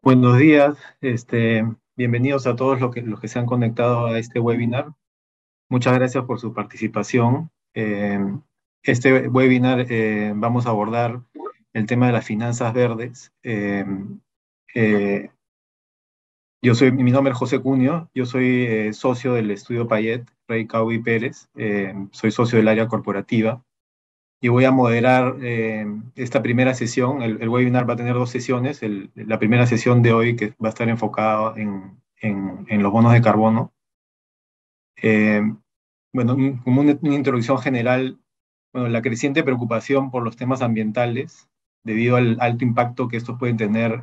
Buenos días, bienvenidos a todos los que se han conectado a este webinar. Muchas gracias por su participación. Este webinar vamos a abordar el tema de las finanzas verdes. Eh, Mi nombre es José Cunio, yo soy socio del estudio Payet, Rey Cao y Pérez, soy socio del área corporativa y voy a moderar esta primera sesión. El webinar va a tener dos sesiones. La primera sesión de hoy que va a estar enfocada en los bonos de carbono. Eh, bueno, como una introducción general, bueno, la creciente preocupación por los temas ambientales debido al alto impacto que estos pueden tener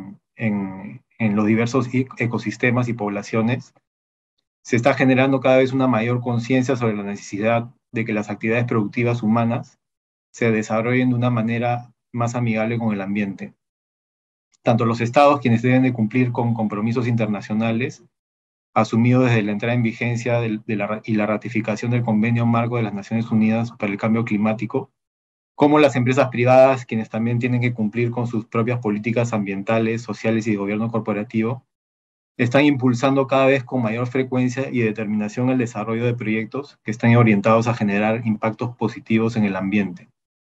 en los diversos ecosistemas y poblaciones, se está generando cada vez una mayor conciencia sobre la necesidad de que las actividades productivas humanas se desarrollen de una manera más amigable con el ambiente. Tanto los estados, quienes deben de cumplir con compromisos internacionales asumidos desde la entrada en vigencia y la ratificación del Convenio Marco de las Naciones Unidas para el Cambio Climático, como las empresas privadas, quienes también tienen que cumplir con sus propias políticas ambientales, sociales y de gobierno corporativo, están impulsando cada vez con mayor frecuencia y determinación el desarrollo de proyectos que están orientados a generar impactos positivos en el ambiente.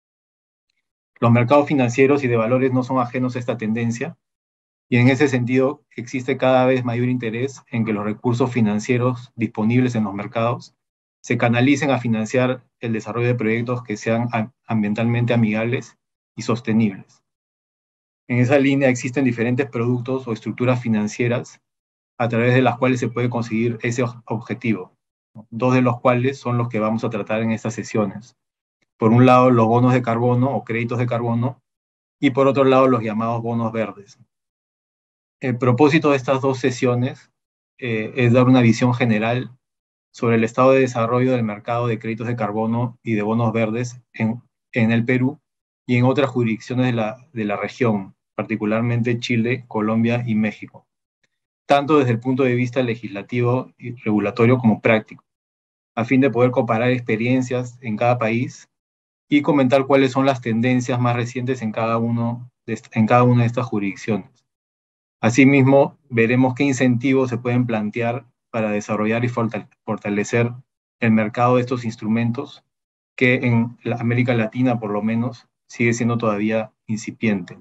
Los mercados financieros y de valores no son ajenos a esta tendencia, y en ese sentido existe cada vez mayor interés en que los recursos financieros disponibles en los mercados se canalicen a financiar el desarrollo de proyectos que sean ambientalmente amigables y sostenibles. En esa línea existen diferentes productos o estructuras financieras a través de las cuales se puede conseguir ese objetivo, dos de los cuales son los que vamos a tratar en estas sesiones. Por un lado, los bonos de carbono o créditos de carbono, y por otro lado, los llamados bonos verdes. El propósito de estas dos sesiones es dar una visión general sobre el estado de desarrollo del mercado de créditos de carbono y de bonos verdes en el Perú y en otras jurisdicciones de la región, particularmente Chile, Colombia y México, tanto desde el punto de vista legislativo y regulatorio como práctico, a fin de poder comparar experiencias en cada país y comentar cuáles son las tendencias más recientes en en cada una de estas jurisdicciones. Asimismo, veremos qué incentivos se pueden plantear para desarrollar y fortalecer el mercado de estos instrumentos, que en América Latina, por lo menos, sigue siendo todavía incipiente.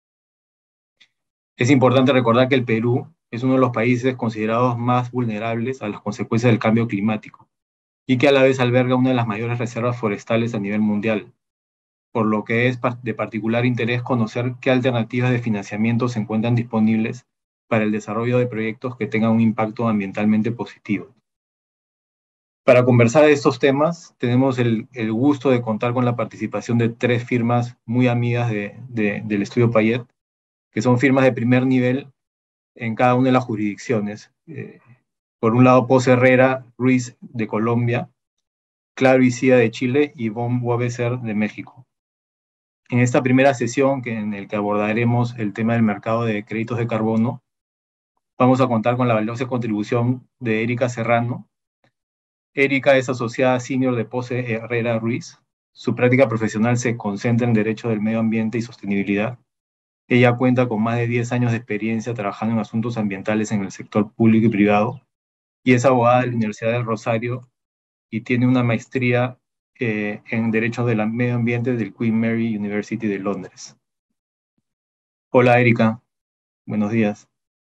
Es importante recordar que el Perú es uno de los países considerados más vulnerables a las consecuencias del cambio climático y que a la vez alberga una de las mayores reservas forestales a nivel mundial, por lo que es de particular interés conocer qué alternativas de financiamiento se encuentran disponibles para el desarrollo de proyectos que tengan un impacto ambientalmente positivo. Para conversar de estos temas, tenemos el gusto de contar con la participación de tres firmas muy amigas del estudio Payet, que son firmas de primer nivel en cada una de las jurisdicciones. Por un lado, Pos Herrera Ruiz de Colombia, Claro y Cia de Chile y Von Wabeser de México. En esta primera sesión, en la que abordaremos el tema del mercado de créditos de carbono, vamos a contar con la valiosa contribución de Erika Serrano. Erika es asociada senior de Pose Herrera Ruiz. Su práctica profesional se concentra en Derecho del Medio Ambiente y Sostenibilidad. Ella cuenta con más de 10 años de experiencia trabajando en asuntos ambientales en el sector público y privado, y es abogada de la Universidad del Rosario y tiene una maestría en Derecho del Medio Ambiente del Queen Mary University de Londres. Hola Erika, buenos días.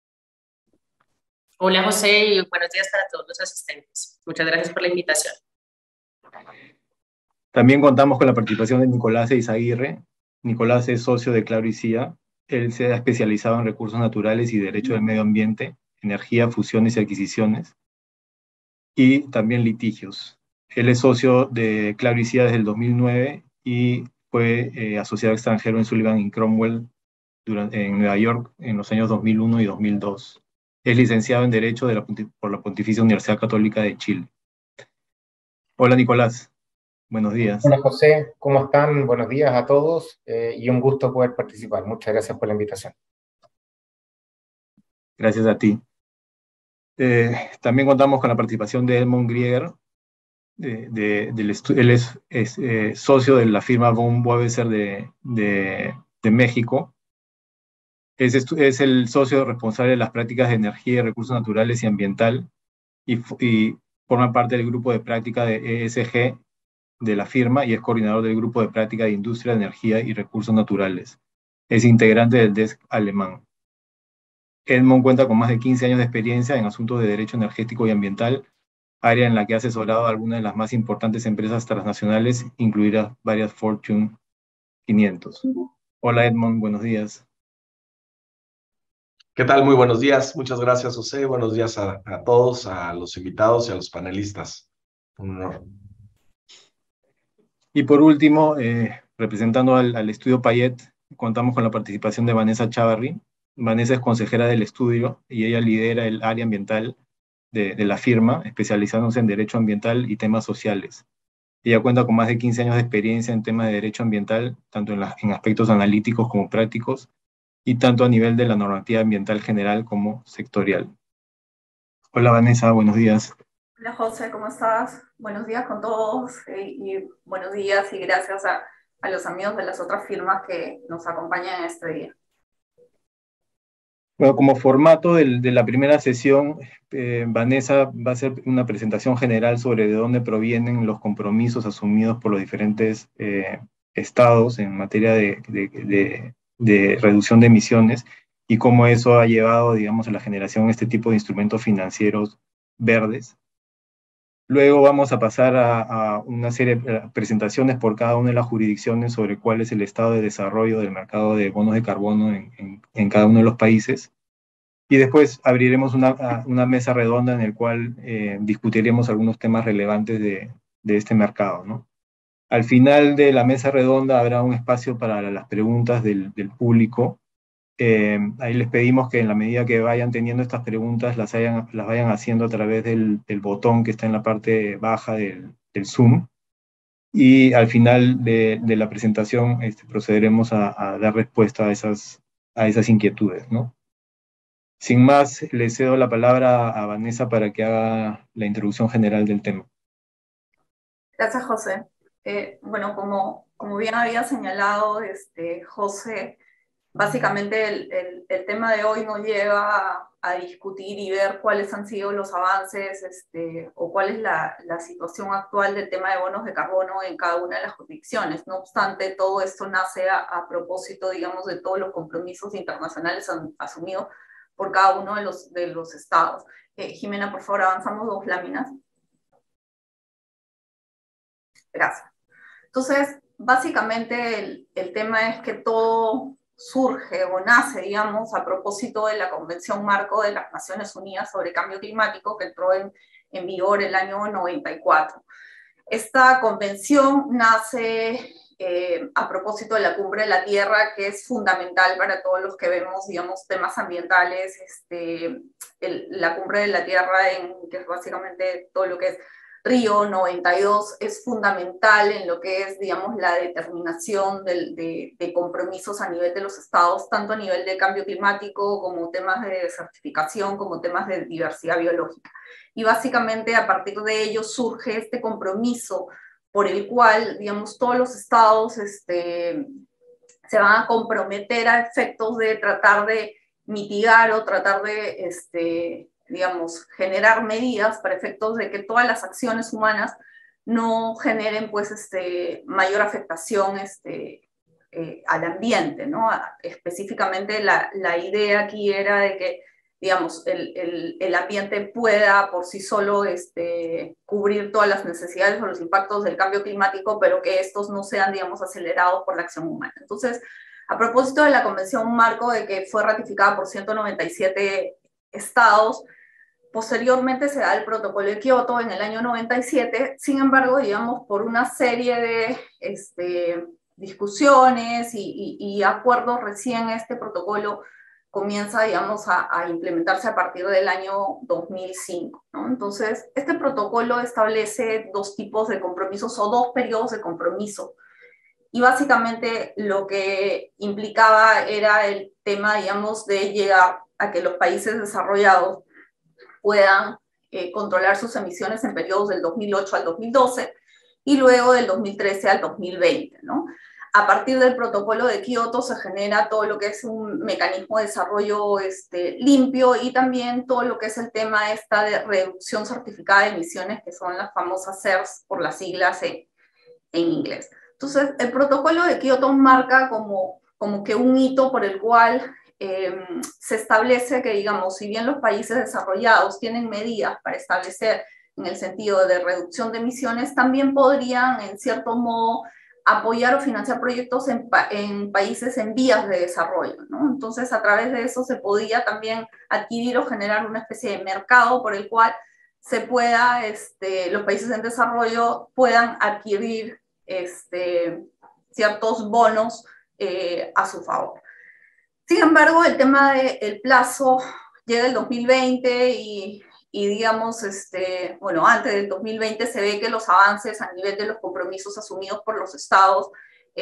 Hola José y buenos días para todos los asistentes. Muchas gracias por la invitación. También contamos con la participación de Nicolás Eizaguirre. Nicolás es socio de Claro y Cia. Él se ha especializado en recursos naturales y derecho del medio ambiente, energía, fusiones y adquisiciones, y también litigios. Él es socio de Claro y Cia desde el 2009 y fue asociado extranjero en Sullivan y Cromwell en Nueva York en los años 2001 y 2002. Es licenciado en Derecho por la Pontificia Universidad Católica de Chile. Hola Nicolás, buenos días. Hola José, ¿cómo están? Buenos días a todos y un gusto poder participar. Muchas gracias por la invitación. Gracias a ti. También contamos con la participación de Edmond Grieger. Él es socio de la firma Von Wabeser de México. Es el socio responsable de las prácticas de energía, recursos naturales y ambiental y forma parte del grupo de práctica de ESG de la firma y es coordinador del grupo de práctica de industria, energía y recursos naturales. Es integrante del desk alemán. Edmond cuenta con más de 15 años de experiencia en asuntos de derecho energético y ambiental, área en la que ha asesorado a algunas de las más importantes empresas transnacionales, incluidas varias Fortune 500. Hola Edmond, buenos días. ¿Qué tal? Muy buenos días. Muchas gracias, José. Buenos días a todos, a los invitados y a los panelistas. Un honor. Y por último, representando al estudio Payet, contamos con la participación de Vanessa Chavarri. Vanessa es consejera del estudio y ella lidera el área ambiental de la firma, especializándose en derecho ambiental y temas sociales. Ella cuenta con más de 15 años de experiencia en temas de derecho ambiental, tanto en aspectos analíticos como prácticos, y tanto a nivel de la normativa ambiental general como sectorial. Hola Vanessa, buenos días. Hola José, ¿cómo estás? Buenos días con todos y buenos días y gracias a los amigos de las otras firmas que nos acompañan en este día. Bueno, como formato de la primera sesión, Vanessa va a hacer una presentación general sobre de dónde provienen los compromisos asumidos por los diferentes estados en materia de reducción de emisiones y cómo eso ha llevado, digamos, a la generación de este tipo de instrumentos financieros verdes. Luego vamos a pasar a una serie de presentaciones por cada una de las jurisdicciones sobre cuál es el estado de desarrollo del mercado de bonos de carbono en cada uno de los países. Y después abriremos una mesa redonda en la cual discutiremos algunos temas relevantes de este mercado, ¿no? Al final de la mesa redonda habrá un espacio para las preguntas del público. Ahí les pedimos que en la medida que vayan teniendo estas preguntas las vayan haciendo a través del botón que está en la parte baja del Zoom. Y al final de la presentación procederemos a dar respuesta a esas inquietudes, ¿no? Sin más, le cedo la palabra a Vanessa para que haga la introducción general del tema. Gracias, José. Bueno, como bien había señalado José, básicamente el tema de hoy nos lleva a discutir y ver cuáles han sido los avances o cuál es la situación actual del tema de bonos de carbono en cada una de las jurisdicciones. No obstante, todo esto nace a propósito, digamos, de todos los compromisos internacionales asumidos por cada uno de los estados. Jimena, por favor, avanzamos 2 láminas. Gracias. Entonces, básicamente el tema es que todo surge o nace, digamos, a propósito de la Convención Marco de las Naciones Unidas sobre Cambio Climático que entró en vigor el año 94. Esta convención nace a propósito de la Cumbre de la Tierra, que es fundamental para todos los que vemos, digamos, temas ambientales, la Cumbre de la Tierra, que es básicamente todo lo que es Río 92, es fundamental en lo que es, digamos, la determinación de compromisos a nivel de los estados, tanto a nivel de cambio climático como temas de desertificación, como temas de diversidad biológica. Y básicamente a partir de ello surge este compromiso por el cual, digamos, todos los estados se van a comprometer a efectos de tratar de mitigar o tratar de, digamos, generar medidas para efectos de que todas las acciones humanas no generen, pues, mayor afectación al ambiente, ¿no? Específicamente la idea aquí era de que, digamos, el ambiente pueda por sí solo cubrir todas las necesidades o los impactos del cambio climático, pero que estos no sean, digamos, acelerados por la acción humana. Entonces, a propósito de la Convención Marco, de que fue ratificada por 197 estados, posteriormente se da el Protocolo de Kioto en el año 97, sin embargo, digamos, por una serie de discusiones y acuerdos recién este protocolo comienza, digamos, a implementarse a partir del año 2005, ¿no? Entonces, este protocolo establece 2 tipos de compromisos o 2 periodos de compromiso. Y básicamente lo que implicaba era el tema, digamos, de llegar a que los países desarrollados puedan controlar sus emisiones en periodos del 2008 al 2012 y luego del 2013 al 2020, ¿no? A partir del protocolo de Kioto se genera todo lo que es un mecanismo de desarrollo limpio y también todo lo que es el tema esta de reducción certificada de emisiones, que son las famosas CERS por las siglas en inglés. Entonces, el protocolo de Kioto marca como que un hito por el cual se establece que, digamos, si bien los países desarrollados tienen medidas para establecer en el sentido de reducción de emisiones, también podrían, en cierto modo, apoyar o financiar proyectos en países en vías de desarrollo, ¿no? Entonces, a través de eso se podía también adquirir o generar una especie de mercado por el cual se pueda, los países en desarrollo puedan adquirir ciertos bonos a su favor. Sin embargo, el tema del plazo llega el 2020 y digamos, bueno, antes del 2020 se ve que los avances a nivel de los compromisos asumidos por los estados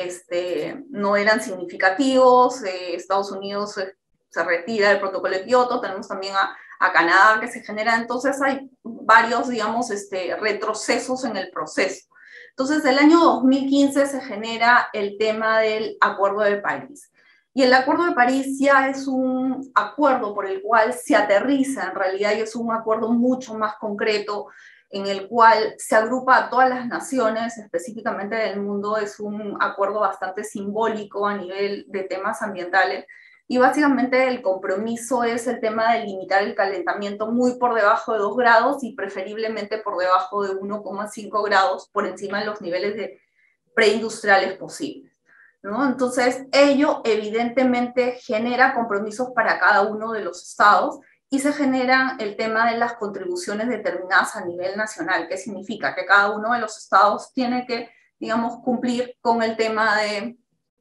no eran significativos. Estados Unidos se retira del protocolo de Kioto, tenemos también a Canadá que se genera, entonces hay varios, digamos, retrocesos en el proceso. Entonces, el año 2015 se genera el tema del Acuerdo de París. Y el Acuerdo de París ya es un acuerdo por el cual se aterriza, en realidad, y es un acuerdo mucho más concreto, en el cual se agrupa a todas las naciones, específicamente del mundo. Es un acuerdo bastante simbólico a nivel de temas ambientales, y básicamente el compromiso es el tema de limitar el calentamiento muy por debajo de 2 grados y preferiblemente por debajo de 1,5 grados por encima de los niveles de preindustriales posibles, ¿no? Entonces, ello evidentemente genera compromisos para cada uno de los estados y se genera el tema de las contribuciones determinadas a nivel nacional. ¿Qué significa? Que cada uno de los estados tiene que, digamos, cumplir con el tema de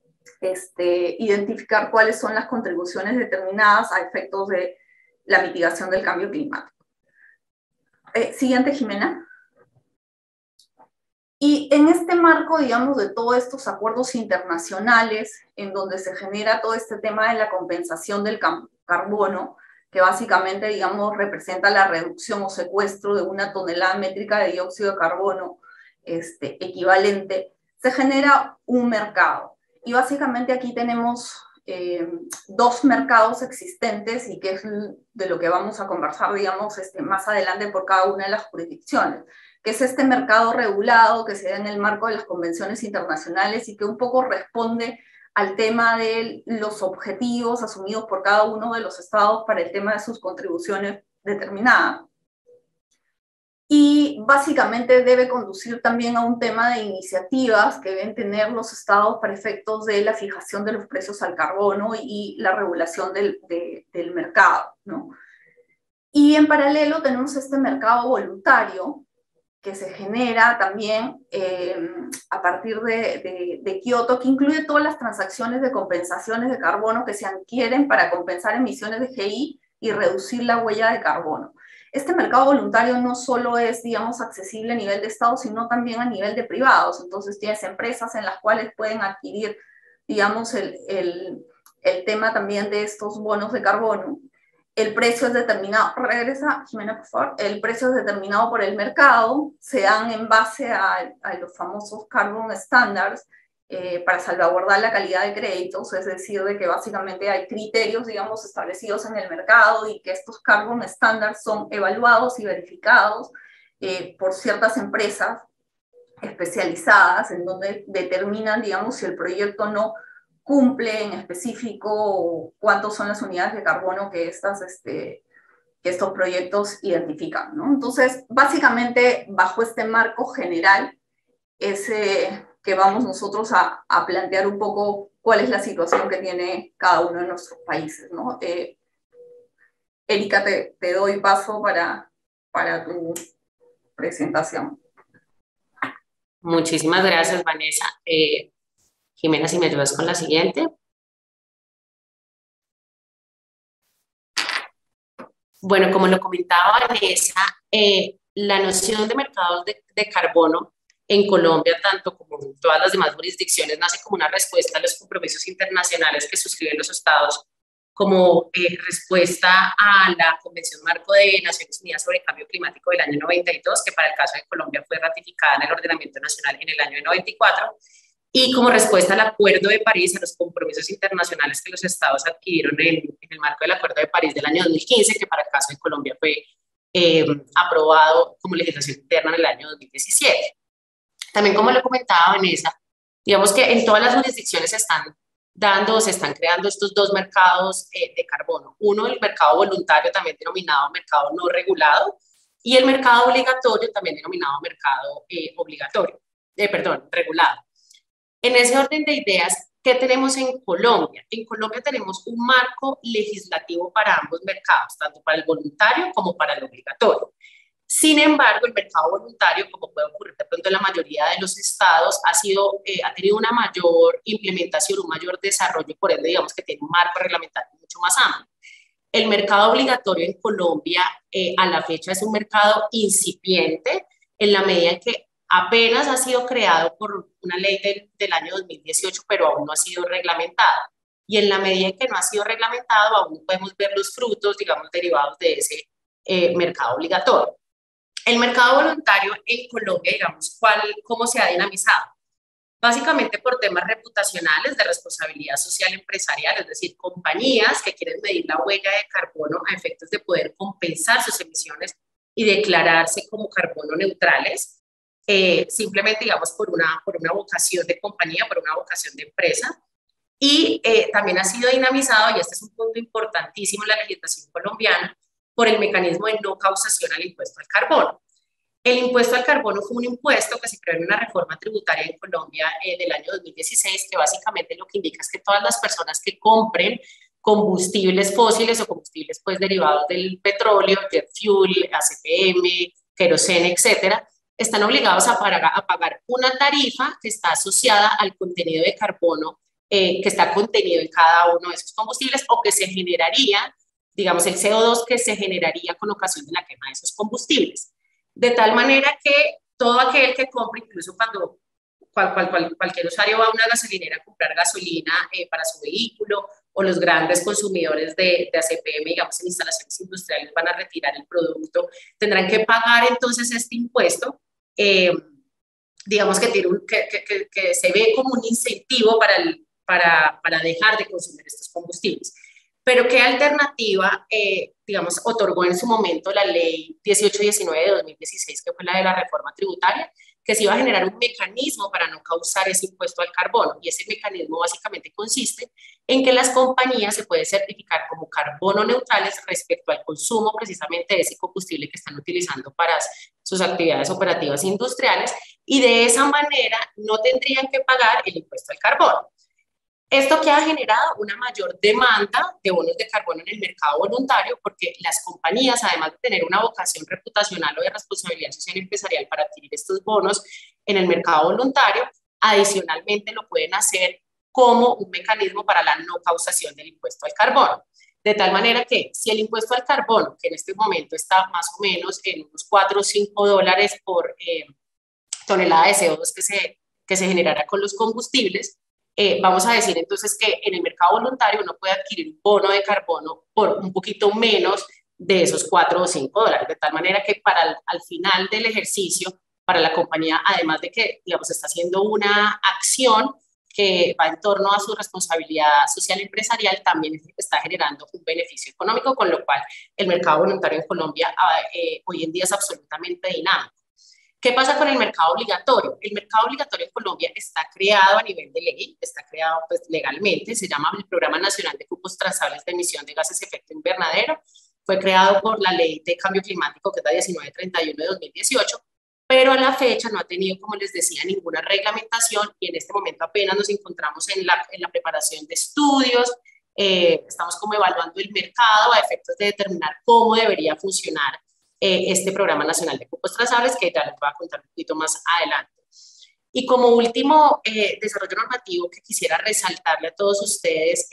identificar cuáles son las contribuciones determinadas a efectos de la mitigación del cambio climático. Siguiente, Jimena. Y en este marco, digamos, de todos estos acuerdos internacionales, en donde se genera todo este tema de la compensación del carbono, que básicamente, digamos, representa la reducción o secuestro de 1 tonelada métrica de dióxido de carbono equivalente, se genera un mercado. Y básicamente aquí tenemos 2 mercados existentes, y que es de lo que vamos a conversar, digamos, más adelante por cada una de las jurisdicciones, que es este mercado regulado que se da en el marco de las convenciones internacionales y que un poco responde al tema de los objetivos asumidos por cada uno de los estados para el tema de sus contribuciones determinadas. Y básicamente debe conducir también a un tema de iniciativas que deben tener los estados para efectos de la fijación de los precios al carbono y la regulación del mercado, ¿no? Y en paralelo tenemos este mercado voluntario que se genera también a partir de Kioto, que incluye todas las transacciones de compensaciones de carbono que se adquieren para compensar emisiones de GI y reducir la huella de carbono. Este mercado voluntario no solo es, digamos, accesible a nivel de Estado, sino también a nivel de privados. Entonces tienes empresas en las cuales pueden adquirir, digamos, el tema también de estos bonos de carbono. El precio es determinado, regresa Jimena, por favor, el precio es determinado por el mercado, se dan en base a los famosos carbon standards para salvaguardar la calidad de créditos, es decir, de que básicamente hay criterios, digamos, establecidos en el mercado y que estos carbon standards son evaluados y verificados por ciertas empresas especializadas en donde determinan, digamos, si el proyecto no cumple en específico cuántos son las unidades de carbono que estos proyectos identifican, ¿no? Entonces, básicamente, bajo este marco general, es que vamos nosotros a plantear un poco cuál es la situación que tiene cada uno de nuestros países, ¿no? Erika, te doy paso para tu presentación. Muchísimas gracias, Vanessa. Jimena, si me ayudas con la siguiente. Bueno, como lo comentaba Vanessa, la noción de mercados de carbono en Colombia, tanto como en todas las demás jurisdicciones, nace como una respuesta a los compromisos internacionales que suscriben los estados, como respuesta a la Convención Marco de Naciones Unidas sobre el Cambio Climático del año 92, que para el caso de Colombia fue ratificada en el ordenamiento nacional en el año 94, y como respuesta al Acuerdo de París, a los compromisos internacionales que los estados adquirieron en el marco del Acuerdo de París del año 2015, que para el caso de Colombia fue aprobado como legislación interna en el año 2017. También, como le comentaba Vanessa, digamos que en todas las jurisdicciones se están creando estos dos mercados de carbono. Uno, el mercado voluntario, también denominado mercado no regulado, y el mercado obligatorio, también denominado mercado regulado. En ese orden de ideas, ¿qué tenemos en Colombia? En Colombia tenemos un marco legislativo para ambos mercados, tanto para el voluntario como para el obligatorio. Sin embargo, el mercado voluntario, como puede ocurrir de pronto en la mayoría de los estados, ha tenido una mayor implementación, un mayor desarrollo, por ende, digamos que tiene un marco reglamentario mucho más amplio. El mercado obligatorio en Colombia, a la fecha, es un mercado incipiente, en la medida en que apenas ha sido creado por una ley del año 2018, pero aún no ha sido reglamentado. Y en la medida en que no ha sido reglamentado, aún no podemos ver los frutos, digamos, derivados de ese mercado obligatorio. El mercado voluntario en Colombia, digamos, ¿cómo se ha dinamizado? Básicamente por temas reputacionales de responsabilidad social empresarial, es decir, compañías que quieren medir la huella de carbono a efectos de poder compensar sus emisiones y declararse como carbono neutrales, simplemente, digamos, por una vocación de compañía, por una vocación de empresa. Y también ha sido dinamizado, y este es un punto importantísimo en la legislación colombiana, por el mecanismo de no causación al impuesto al carbono. El impuesto al carbono fue un impuesto que se creó en una reforma tributaria en Colombia del año 2016, que básicamente lo que indica es que todas las personas que compren combustibles fósiles o combustibles pues derivados del petróleo, jet fuel, ACPM, querosene, etcétera, están obligados a pagar una tarifa que está asociada al contenido de carbono que está contenido en cada uno de esos combustibles, o que se generaría, digamos, el CO2 que se generaría con ocasión de la quema de esos combustibles. De tal manera que todo aquel que compre, incluso cuando cualquier usuario va a una gasolinera a comprar gasolina para su vehículo, o los grandes consumidores de ACPM, digamos, en instalaciones industriales, van a retirar el producto, tendrán que pagar entonces este impuesto, digamos que se ve como un incentivo para dejar de consumir estos combustibles. Pero ¿qué alternativa, digamos, otorgó en su momento la ley 1819 de 2016, que fue la de la reforma tributaria? Que se iba a generar un mecanismo para no causar ese impuesto al carbono. Y ese mecanismo básicamente consiste en que las compañías se pueden certificar como carbono neutrales respecto al consumo precisamente de ese combustible que están utilizando para sus actividades operativas industriales, y de esa manera no tendrían que pagar el impuesto al carbono. Esto que ha generado una mayor demanda de bonos de carbono en el mercado voluntario, porque las compañías, además de tener una vocación reputacional o de responsabilidad social empresarial para adquirir estos bonos en el mercado voluntario, adicionalmente lo pueden hacer como un mecanismo para la no causación del impuesto al carbono. De tal manera que si el impuesto al carbono, que en este momento está más o menos en unos 4 o 5 dólares por tonelada de CO2 que se generará con los combustibles, vamos a decir entonces que en el mercado voluntario uno puede adquirir un bono de carbono por un poquito menos de esos 4 o 5 dólares, de tal manera que al final del ejercicio, para la compañía, además de que, digamos, está haciendo una acción que va en torno a su responsabilidad social empresarial, también está generando un beneficio económico, con lo cual el mercado voluntario en Colombia hoy en día es absolutamente dinámico. ¿Qué pasa con el mercado obligatorio? El mercado obligatorio en Colombia está creado a nivel de ley, está creado pues legalmente, se llama el Programa Nacional de Cupos Trazables de Emisión de Gases de Efecto Invernadero, fue creado por la Ley de Cambio Climático, que es la 1931 de 2018, pero a la fecha no ha tenido, como les decía, ninguna reglamentación, y en este momento apenas nos encontramos en la preparación de estudios, estamos como evaluando el mercado a efectos de determinar cómo debería funcionar este Programa Nacional de Cupos Trazables, que ya les voy a contar un poquito más adelante. Y como último desarrollo normativo que quisiera resaltarle a todos ustedes,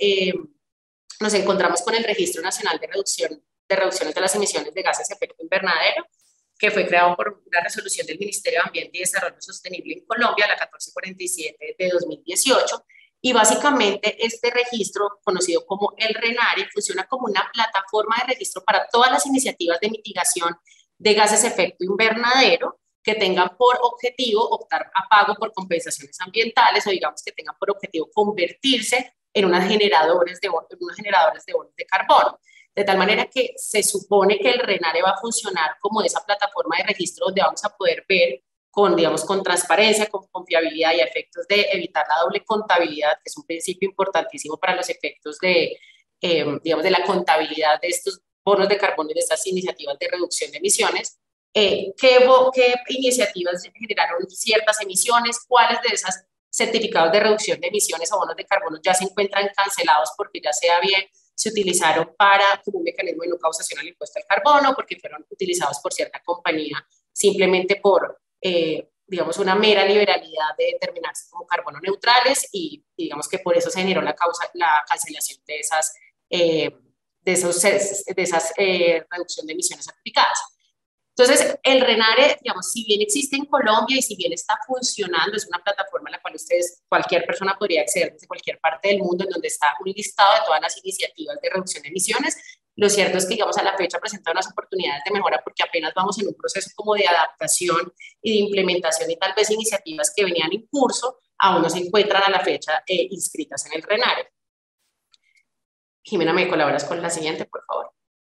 nos encontramos con el Registro Nacional de Reducciones de las Emisiones de Gases de Efecto Invernadero, que fue creado por una resolución del Ministerio de Ambiente y Desarrollo Sostenible en Colombia, la 1447 de 2018, y básicamente este registro, conocido como el RENARE, funciona como una plataforma de registro para todas las iniciativas de mitigación de gases de efecto invernadero, que tengan por objetivo optar a pago por compensaciones ambientales o digamos que tengan por objetivo convertirse en unos generadores de bonos de carbono. De tal manera que se supone que el RENARE va a funcionar como esa plataforma de registro donde vamos a poder ver con, digamos, con transparencia, con confiabilidad y a efectos de evitar la doble contabilidad, que es un principio importantísimo para los efectos de, digamos, de la contabilidad de estos bonos de carbono y de estas iniciativas de reducción de emisiones. ¿Qué iniciativas generaron ciertas emisiones? ¿Cuáles de esas certificados de reducción de emisiones o bonos de carbono ya se encuentran cancelados porque ya sea bien se utilizaron como un mecanismo de no causación al impuesto al carbono, porque fueron utilizados por cierta compañía simplemente por, digamos, una mera liberalidad de determinarse como carbono neutrales y digamos que por eso se generó la cancelación de esas reducción de emisiones certificadas. Entonces, el RENARE, digamos, si bien existe en Colombia y si bien está funcionando, es una plataforma a la cual cualquier persona podría acceder desde cualquier parte del mundo, en donde está un listado de todas las iniciativas de reducción de emisiones. Lo cierto es que, digamos, a la fecha presenta unas oportunidades de mejora porque apenas vamos en un proceso como de adaptación y de implementación y tal vez iniciativas que venían en curso aún no se encuentran a la fecha inscritas en el RENARE. Jimena, ¿me colaboras con la siguiente, por favor?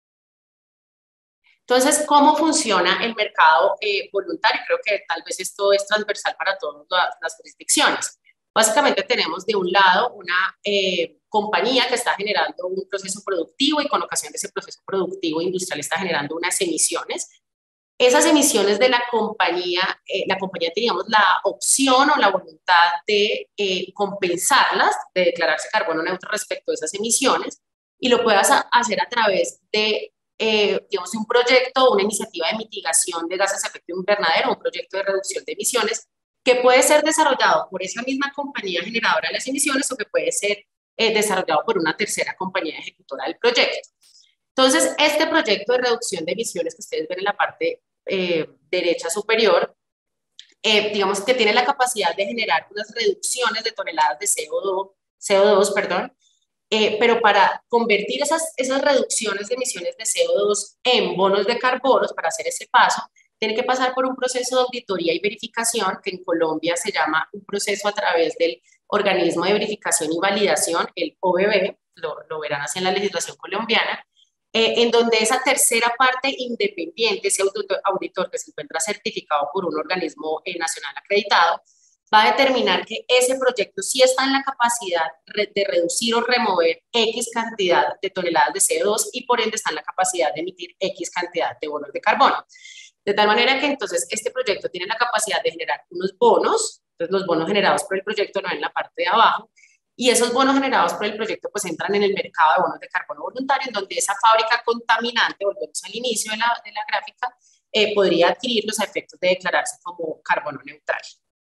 Entonces, ¿cómo funciona el mercado voluntario? Creo que tal vez esto es transversal para todas las jurisdicciones. Básicamente tenemos de un lado una compañía que está generando un proceso productivo y con ocasión de ese proceso productivo industrial está generando unas emisiones. Esas emisiones de la compañía tiene, digamos, la opción o la voluntad de compensarlas, de declararse carbono neutro respecto a esas emisiones y lo puedas hacer a través de digamos, un proyecto, una iniciativa de mitigación de gases de efecto invernadero, un proyecto de reducción de emisiones que puede ser desarrollado por esa misma compañía generadora de las emisiones o que puede ser desarrollado por una tercera compañía ejecutora del proyecto. Entonces, este proyecto de reducción de emisiones que ustedes ven en la parte derecha superior, digamos que tiene la capacidad de generar unas reducciones de toneladas de CO2, pero para convertir esas reducciones de emisiones de CO2 en bonos de carbono, para hacer ese paso, tiene que pasar por un proceso de auditoría y verificación que en Colombia se llama un proceso a través del Organismo de Verificación y Validación, el OVV, lo verán así en la legislación colombiana, en donde esa tercera parte independiente, ese auditor que se encuentra certificado por un organismo nacional acreditado, va a determinar que ese proyecto sí está en la capacidad de reducir o remover X cantidad de toneladas de CO2 y por ende está en la capacidad de emitir X cantidad de bonos de carbono. De tal manera que entonces este proyecto tiene la capacidad de generar unos bonos, entonces los bonos generados por el proyecto no en la parte de abajo, y esos bonos generados por el proyecto pues entran en el mercado de bonos de carbono voluntario, en donde esa fábrica contaminante, volvemos al inicio de la gráfica, podría adquirir los efectos de declararse como carbono neutral.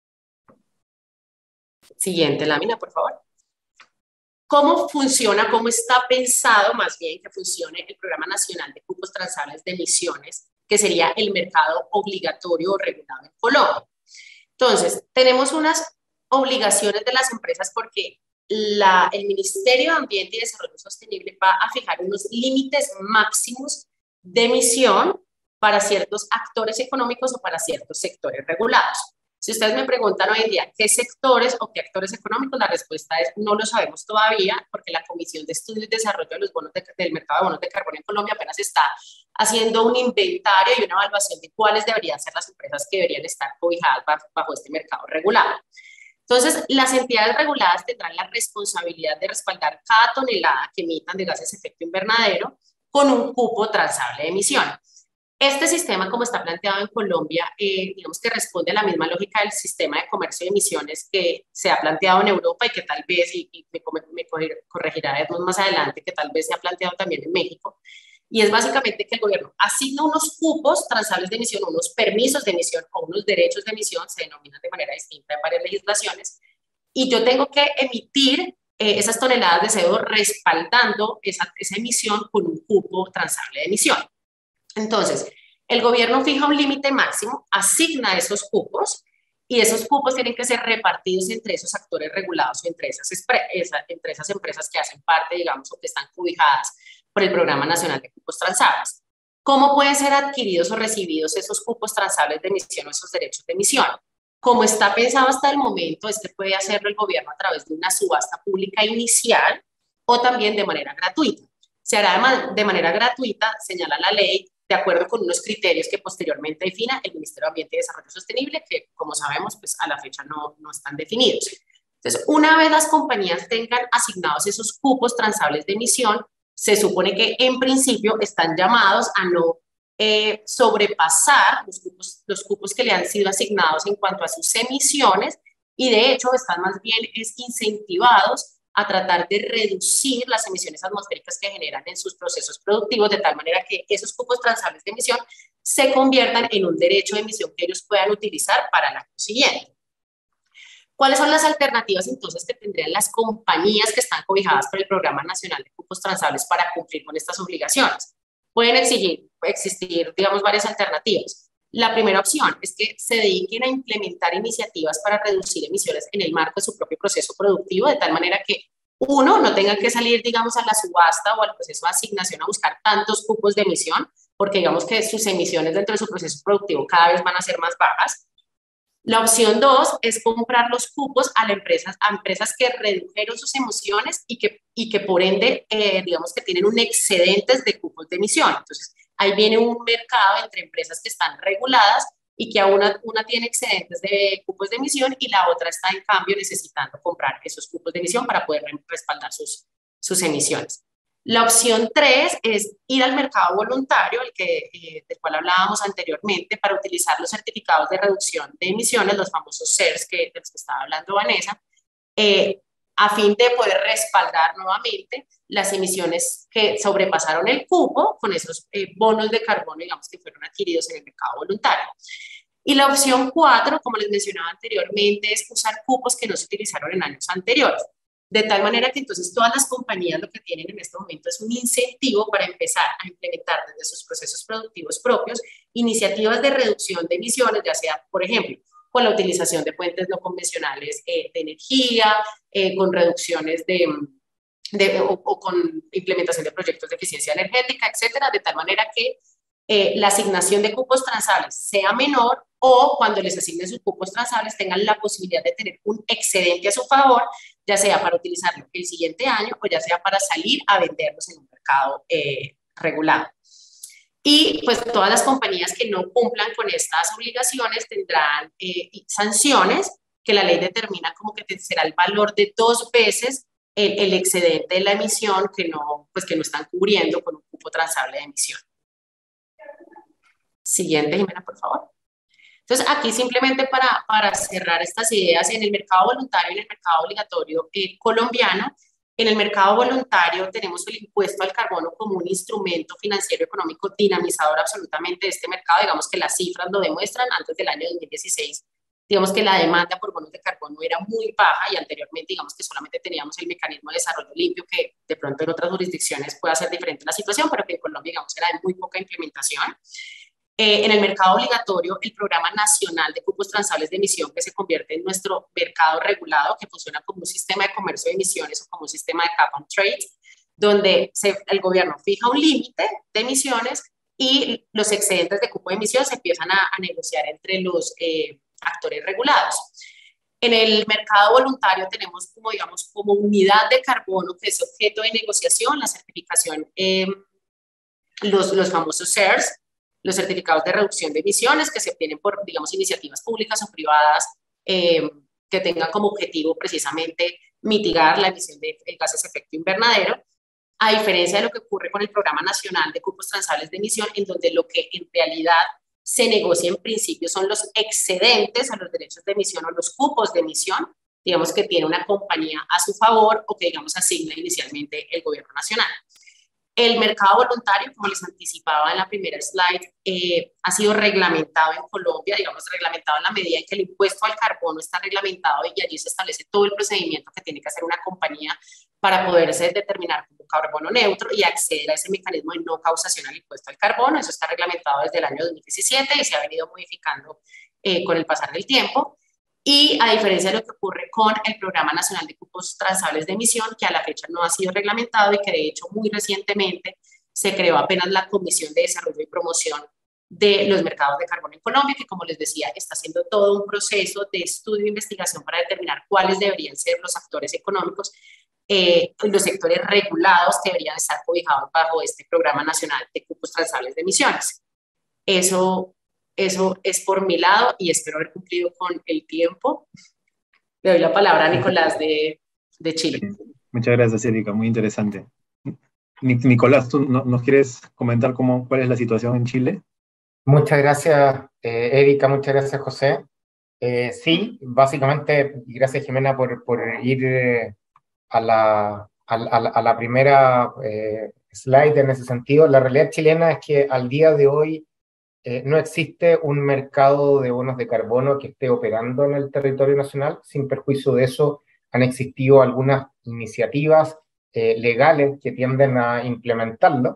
Siguiente lámina, por favor. ¿Cómo funciona, cómo está pensado más bien que funcione el Programa Nacional de Cupos Transables de Emisiones, que sería el mercado obligatorio o regulado en Colombia? Entonces, tenemos unas obligaciones de las empresas porque el Ministerio de Ambiente y Desarrollo Sostenible va a fijar unos límites máximos de emisión para ciertos actores económicos o para ciertos sectores regulados. Si ustedes me preguntan hoy en día qué sectores o qué actores económicos, la respuesta es no lo sabemos todavía porque la Comisión de Estudio y Desarrollo de los bonos del mercado de bonos de carbono en Colombia apenas está haciendo un inventario y una evaluación de cuáles deberían ser las empresas que deberían estar cobijadas bajo este mercado regulado. Entonces, las entidades reguladas tendrán la responsabilidad de respaldar cada tonelada que emitan de gases de efecto invernadero con un cupo transable de emisión. Este sistema, como está planteado en Colombia, digamos que responde a la misma lógica del sistema de comercio de emisiones que se ha planteado en Europa y que tal vez, y me corregirá Edmond más adelante, que tal vez se ha planteado también en México. Y es básicamente que el gobierno asigna unos cupos transables de emisión, unos permisos de emisión o unos derechos de emisión, se denominan de manera distinta en varias legislaciones, y yo tengo que emitir esas toneladas de CO2 respaldando esa emisión con un cupo transable de emisión. Entonces, el gobierno fija un límite máximo, asigna esos cupos y esos cupos tienen que ser repartidos entre esos actores regulados o entre esas empresas que hacen parte, digamos, o que están cobijadas por el Programa Nacional de Cupos Transables. ¿Cómo pueden ser adquiridos o recibidos esos cupos transables de emisión o esos derechos de emisión? Como está pensado hasta el momento, es que puede hacerlo el gobierno a través de una subasta pública inicial o también de manera gratuita. Se hará de manera gratuita, señala la ley, de acuerdo con unos criterios que posteriormente defina el Ministerio de Ambiente y Desarrollo Sostenible, que como sabemos, pues a la fecha no están definidos. Entonces, una vez las compañías tengan asignados esos cupos transables de emisión, se supone que en principio están llamados a no sobrepasar los cupos que le han sido asignados en cuanto a sus emisiones, y de hecho están más bien incentivados a tratar de reducir las emisiones atmosféricas que generan en sus procesos productivos, de tal manera que esos cupos transables de emisión se conviertan en un derecho de emisión que ellos puedan utilizar para el año siguiente. ¿Cuáles son las alternativas entonces que tendrían las compañías que están cobijadas por el Programa Nacional de Cupos Transables para cumplir con estas obligaciones? Pueden existir, digamos, varias alternativas. La primera opción es que se dediquen a implementar iniciativas para reducir emisiones en el marco de su propio proceso productivo, de tal manera que uno no tenga que salir, digamos, a la subasta o al proceso de asignación a buscar tantos cupos de emisión, porque digamos que sus emisiones dentro de su proceso productivo cada vez van a ser más bajas. La opción 2 es comprar los cupos a empresas que redujeron sus emisiones y que por ende, digamos que tienen un excedente de cupos de emisión. Entonces, ahí viene un mercado entre empresas que están reguladas y que una tiene excedentes de cupos de emisión y la otra está, en cambio, necesitando comprar esos cupos de emisión para poder respaldar sus emisiones. La opción 3 es ir al mercado voluntario, del cual hablábamos anteriormente, para utilizar los certificados de reducción de emisiones, los famosos CERs de los que estaba hablando Vanessa, a fin de poder respaldar nuevamente las emisiones que sobrepasaron el cupo con esos bonos de carbono, digamos, que fueron adquiridos en el mercado voluntario. Y la opción 4, como les mencionaba anteriormente, es usar cupos que no se utilizaron en años anteriores. De tal manera que entonces todas las compañías lo que tienen en este momento es un incentivo para empezar a implementar desde sus procesos productivos propios iniciativas de reducción de emisiones, ya sea, por ejemplo, con la utilización de fuentes no convencionales de energía, con reducciones o con implementación de proyectos de eficiencia energética, etcétera, de tal manera que la asignación de cupos transables sea menor, o cuando les asignen sus cupos transables tengan la posibilidad de tener un excedente a su favor, ya sea para utilizarlo el siguiente año o ya sea para salir a venderlos en un mercado regulado. Y pues todas las compañías que no cumplan con estas obligaciones tendrán sanciones que la ley determina como que será el valor de 2 veces el excedente de la emisión que no están cubriendo con un cupo transable de emisión. Siguiente, Jimena, por favor. Entonces, aquí simplemente para cerrar estas ideas, en el mercado voluntario y en el mercado obligatorio colombiano, en el mercado voluntario tenemos el impuesto al carbono como un instrumento financiero económico dinamizador absolutamente de este mercado. Digamos que las cifras lo demuestran. Antes del año 2016, digamos que la demanda por bonos de carbono era muy baja y anteriormente, digamos que solamente teníamos el mecanismo de desarrollo limpio, que de pronto en otras jurisdicciones puede ser diferente la situación, pero que en Colombia, digamos, era de muy poca implementación. En el mercado obligatorio, el Programa Nacional de Cupos Transables de Emisión, que se convierte en nuestro mercado regulado, que funciona como un sistema de comercio de emisiones o como un sistema de cap and trade, donde el gobierno fija un límite de emisiones y los excedentes de cupo de emisión se empiezan a negociar entre los actores regulados. En el mercado voluntario tenemos como unidad de carbono que es objeto de negociación, la certificación, los famosos CERs, los certificados de reducción de emisiones que se obtienen por, digamos, iniciativas públicas o privadas que tengan como objetivo precisamente mitigar la emisión de gases de efecto invernadero, a diferencia de lo que ocurre con el Programa Nacional de Cupos Transables de Emisión, en donde lo que en realidad se negocia en principio son los excedentes a los derechos de emisión o los cupos de emisión, digamos, que tiene una compañía a su favor o que, digamos, asigna inicialmente el gobierno nacional. El mercado voluntario, como les anticipaba en la primera slide, ha sido reglamentado en Colombia, digamos, reglamentado en la medida en que el impuesto al carbono está reglamentado y allí se establece todo el procedimiento que tiene que hacer una compañía para poderse determinar como carbono neutro y acceder a ese mecanismo de no causación al impuesto al carbono. Eso está reglamentado desde el año 2017 y se ha venido modificando con el pasar del tiempo. Y a diferencia de lo que ocurre con el Programa Nacional de Cupos Transables de Emisión, que a la fecha no ha sido reglamentado y que de hecho muy recientemente se creó apenas la Comisión de Desarrollo y Promoción de los Mercados de Carbono en Colombia, que como les decía, está haciendo todo un proceso de estudio e investigación para determinar cuáles deberían ser los actores económicos, los sectores regulados que deberían estar cobijados bajo este Programa Nacional de Cupos Transables de Emisiones. Eso es por mi lado y espero haber cumplido con el tiempo. Le doy la palabra a Nicolás de Chile. Muchas gracias, Erika, muy interesante. Nicolás, ¿tú nos quieres comentar cuál es la situación en Chile? Muchas gracias, Erika, muchas gracias, José. Sí, básicamente, gracias, Jimena, por ir a la primera slide en ese sentido. La realidad chilena es que al día de hoy no existe un mercado de bonos de carbono que esté operando en el territorio nacional. Sin perjuicio de eso, han existido algunas iniciativas legales que tienden a implementarlo.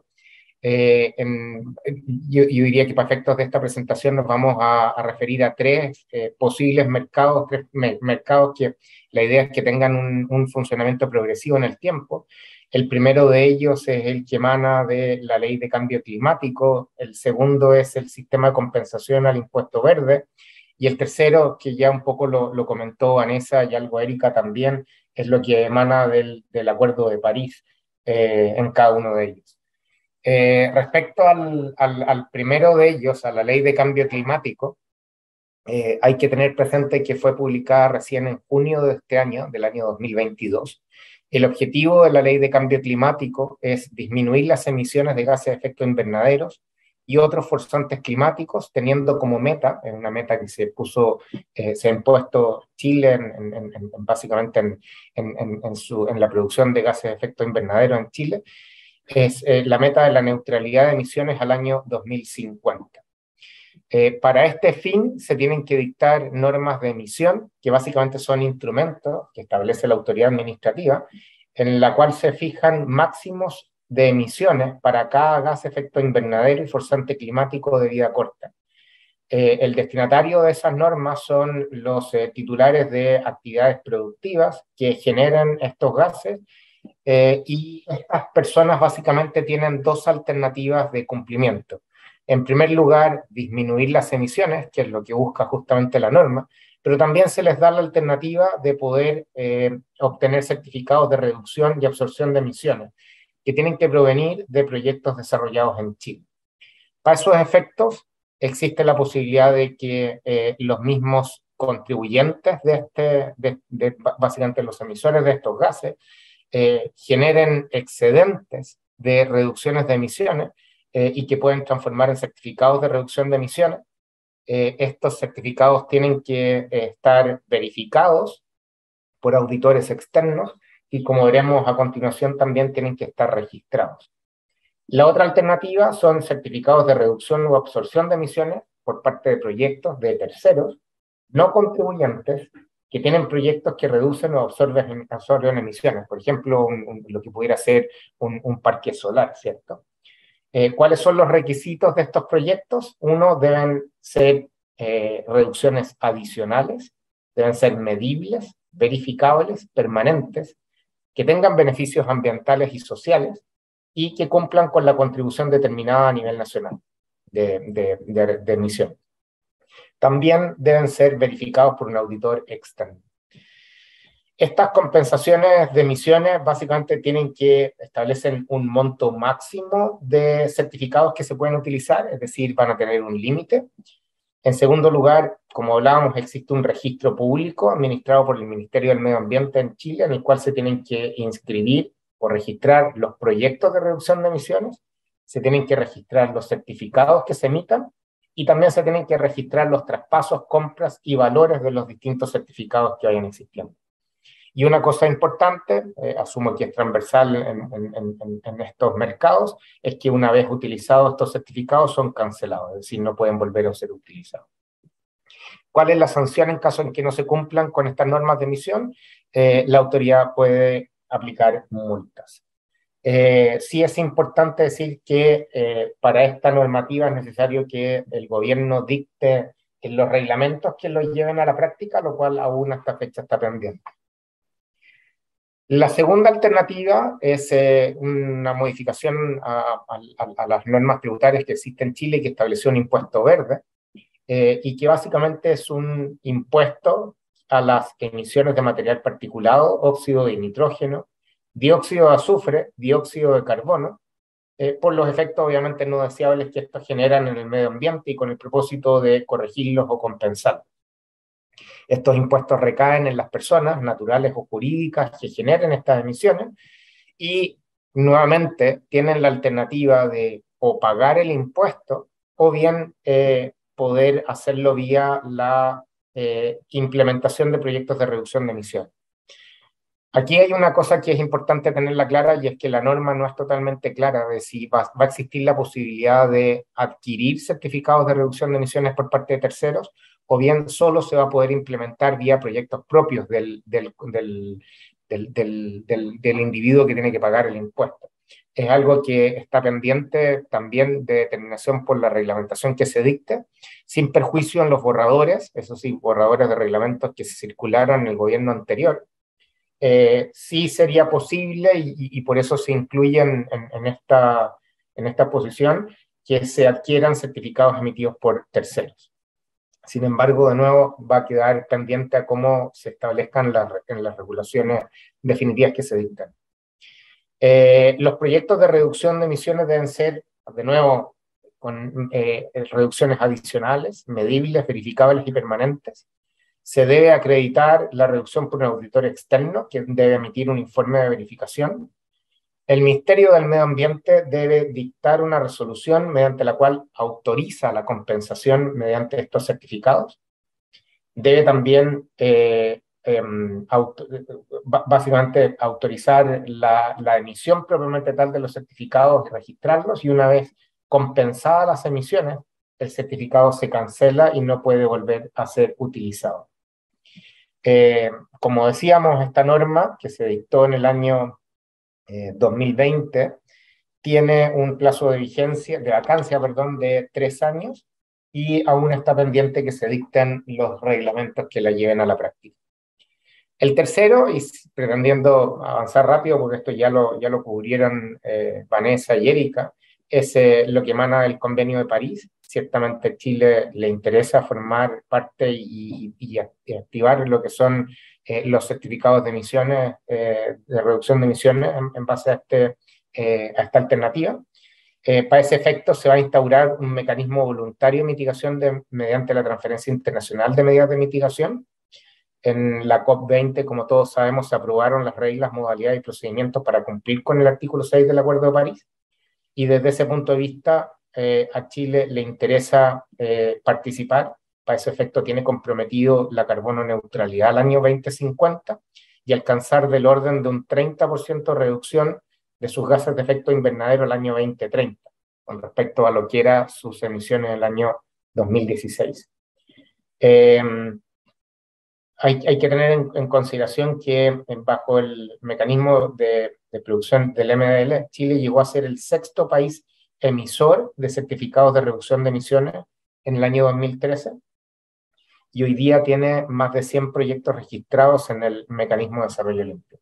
Yo diría que para efectos de esta presentación nos vamos a referir a tres posibles mercados, mercados que la idea es que tengan un funcionamiento progresivo en el tiempo. El primero de ellos es el que emana de la Ley de Cambio Climático, el segundo es el sistema de compensación al impuesto verde, y el tercero, que ya un poco lo comentó Vanessa y algo Erika también, es lo que emana del Acuerdo de París en cada uno de ellos. Respecto al primero de ellos, a la Ley de Cambio Climático, hay que tener presente que fue publicada recién en junio de este año, del año 2022. El objetivo de la Ley de Cambio Climático es disminuir las emisiones de gases de efecto invernadero y otros forzantes climáticos, teniendo como meta, en una meta que se ha impuesto Chile básicamente en la producción de gases de efecto invernadero en Chile, es la meta de la neutralidad de emisiones al año 2050. Para este fin se tienen que dictar normas de emisión, que básicamente son instrumentos que establece la autoridad administrativa, en la cual se fijan máximos de emisiones para cada gas de efecto invernadero y forzante climático de vida corta. El destinatario de esas normas son los titulares de actividades productivas que generan estos gases, y estas personas básicamente tienen dos alternativas de cumplimiento. En primer lugar, disminuir las emisiones, que es lo que busca justamente la norma, pero también se les da la alternativa de poder obtener certificados de reducción y absorción de emisiones, que tienen que provenir de proyectos desarrollados en Chile. Para esos efectos, existe la posibilidad de que los mismos contribuyentes básicamente los emisores de estos gases, generen excedentes de reducciones de emisiones y que pueden transformar en certificados de reducción de emisiones. Estos certificados tienen que estar verificados por auditores externos y, como veremos a continuación, también tienen que estar registrados. La otra alternativa son certificados de reducción o absorción de emisiones por parte de proyectos de terceros no contribuyentes que tienen proyectos que reducen o absorben emisiones. Por ejemplo, lo que pudiera ser un parque solar, ¿cierto? ¿Cuáles son los requisitos de estos proyectos? Uno, deben ser reducciones adicionales, deben ser medibles, verificables, permanentes, que tengan beneficios ambientales y sociales y que cumplan con la contribución determinada a nivel nacional de emisión. También deben ser verificados por un auditor externo. Estas compensaciones de emisiones básicamente establecen un monto máximo de certificados que se pueden utilizar, es decir, van a tener un límite. En segundo lugar, como hablábamos, existe un registro público administrado por el Ministerio del Medio Ambiente en Chile, en el cual se tienen que inscribir o registrar los proyectos de reducción de emisiones, se tienen que registrar los certificados que se emitan y también se tienen que registrar los traspasos, compras y valores de los distintos certificados que vayan existiendo. Y una cosa importante, asumo que es transversal en estos mercados, es que una vez utilizados estos certificados son cancelados, es decir, no pueden volver a ser utilizados. ¿Cuál es la sanción en caso en que no se cumplan con estas normas de emisión? La autoridad puede aplicar multas. Sí es importante decir que para esta normativa es necesario que el gobierno dicte los reglamentos que los lleven a la práctica, lo cual aún hasta fecha está pendiente. La segunda alternativa es una modificación a las normas tributarias que existen en Chile, que estableció un impuesto verde, y que básicamente es un impuesto a las emisiones de material particulado, óxido de nitrógeno, dióxido de azufre, dióxido de carbono, por los efectos obviamente no deseables que estos generan en el medio ambiente y con el propósito de corregirlos o compensarlos. Estos impuestos recaen en las personas naturales o jurídicas que generen estas emisiones y nuevamente tienen la alternativa de o pagar el impuesto o bien poder hacerlo vía la implementación de proyectos de reducción de emisiones. Aquí hay una cosa que es importante tenerla clara y es que la norma no es totalmente clara de si va a existir la posibilidad de adquirir certificados de reducción de emisiones por parte de terceros o bien solo se va a poder implementar vía proyectos propios del individuo que tiene que pagar el impuesto. Es algo que está pendiente también de determinación por la reglamentación que se dicte, sin perjuicio en los borradores, eso sí, borradores de reglamentos que se circularon en el gobierno anterior. Sí sería posible y por eso se incluye en esta posición que se adquieran certificados emitidos por terceros. Sin embargo, de nuevo, va a quedar pendiente a cómo se establezcan en las regulaciones definitivas que se dictan. Los proyectos de reducción de emisiones deben ser, de nuevo, con reducciones adicionales, medibles, verificables y permanentes. Se debe acreditar la reducción por un auditor externo que debe emitir un informe de verificación. El Ministerio del Medio Ambiente debe dictar una resolución mediante la cual autoriza la compensación mediante estos certificados. Debe también básicamente autorizar la emisión propiamente tal de los certificados y registrarlos, y una vez compensadas las emisiones, el certificado se cancela y no puede volver a ser utilizado. Como decíamos, esta norma que se dictó en el año 2020 tiene un plazo de vigencia, de vacancia, perdón, de 3 años y aún está pendiente que se dicten los reglamentos que la lleven a la práctica. El tercero, y pretendiendo avanzar rápido porque esto ya lo cubrieron Vanessa y Erika, es lo que emana del Convenio de París. Ciertamente a Chile le interesa formar parte y activar lo que son los certificados de emisiones, de reducción de emisiones en base a esta alternativa. Para ese efecto se va a instaurar un mecanismo voluntario de mitigación mediante la transferencia internacional de medidas de mitigación. En la COP20, como todos sabemos, se aprobaron las reglas, modalidades y procedimientos para cumplir con el artículo 6 del Acuerdo de París. Y desde ese punto de vista, a Chile le interesa participar. Para ese efecto tiene comprometido la carbono neutralidad al año 2050 y alcanzar del orden de un 30% de reducción de sus gases de efecto invernadero al año 2030, con respecto a lo que eran sus emisiones en el año 2016. Hay que tener en consideración que bajo el mecanismo de producción del MDL, Chile llegó a ser el 6º país emisor de certificados de reducción de emisiones en el año 2013 y hoy día tiene más de 100 proyectos registrados en el mecanismo de desarrollo limpio.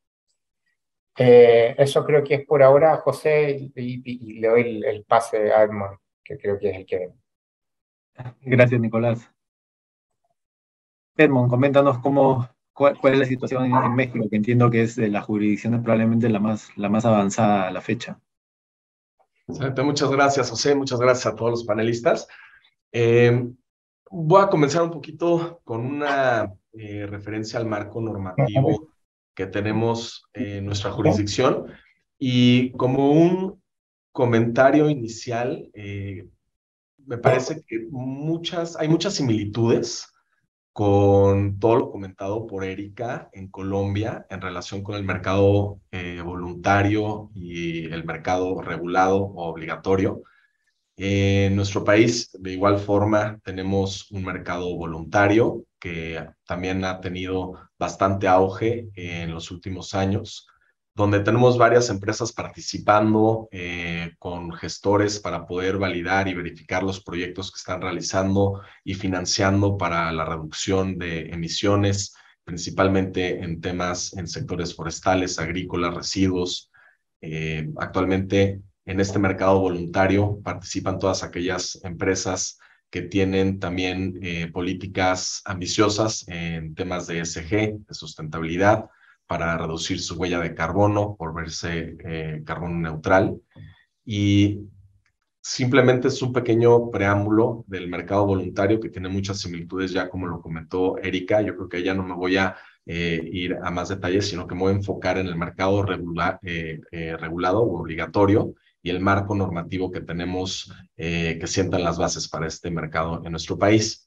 Eso creo que es por ahora, José, y le doy el pase a Edmond, que creo que es el que viene. Gracias, Nicolás. Edmond, coméntanos cuál es la situación en México, que entiendo que es de las jurisdicciones probablemente la más avanzada a la fecha. Excelente, muchas gracias, José, muchas gracias a todos los panelistas. Voy a comenzar un poquito con una referencia al marco normativo que tenemos en nuestra jurisdicción y como un comentario inicial, me parece que hay muchas similitudes con todo lo comentado por Erika en Colombia en relación con el mercado voluntario y el mercado regulado o obligatorio. En nuestro país, de igual forma, tenemos un mercado voluntario que también ha tenido bastante auge en los últimos años, donde tenemos varias empresas participando con gestores para poder validar y verificar los proyectos que están realizando y financiando para la reducción de emisiones principalmente en temas en sectores forestales, agrícolas, residuos. Actualmente en este mercado voluntario participan todas aquellas empresas que tienen también políticas ambiciosas en temas de ESG, de sustentabilidad, para reducir su huella de carbono, por verse carbono neutral. Y simplemente es un pequeño preámbulo del mercado voluntario que tiene muchas similitudes ya como lo comentó Erika. Yo creo que ya no me voy a ir a más detalles, sino que me voy a enfocar en el mercado regulado o obligatorio y el marco normativo que tenemos que sientan las bases para este mercado en nuestro país.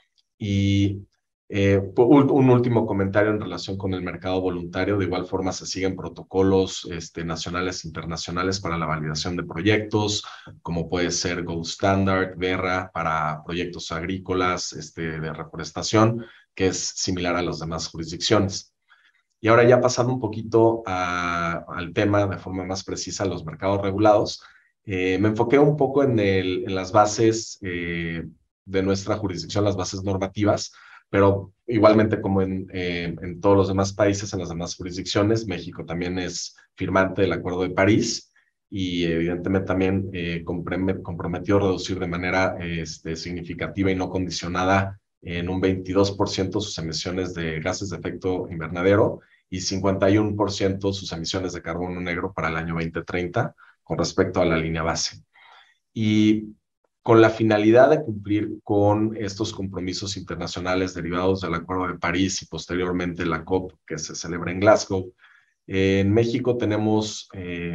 Y un último comentario en relación con el mercado voluntario. De igual forma, se siguen protocolos nacionales e internacionales para la validación de proyectos, como puede ser Gold Standard, Verra, para proyectos agrícolas de reforestación, que es similar a las demás jurisdicciones. Y ahora ya pasando un poquito al tema de forma más precisa, los mercados regulados, me enfoqué un poco en las bases de nuestra jurisdicción, las bases normativas, pero igualmente como en todos los demás países, en las demás jurisdicciones, México también es firmante del Acuerdo de París y evidentemente también comprometió reducir de manera significativa y no condicionada en un 22% sus emisiones de gases de efecto invernadero y 51% sus emisiones de carbono negro para el año 2030 con respecto a la línea base. Y con la finalidad de cumplir con estos compromisos internacionales derivados del Acuerdo de París y posteriormente la COP que se celebra en Glasgow, en México tenemos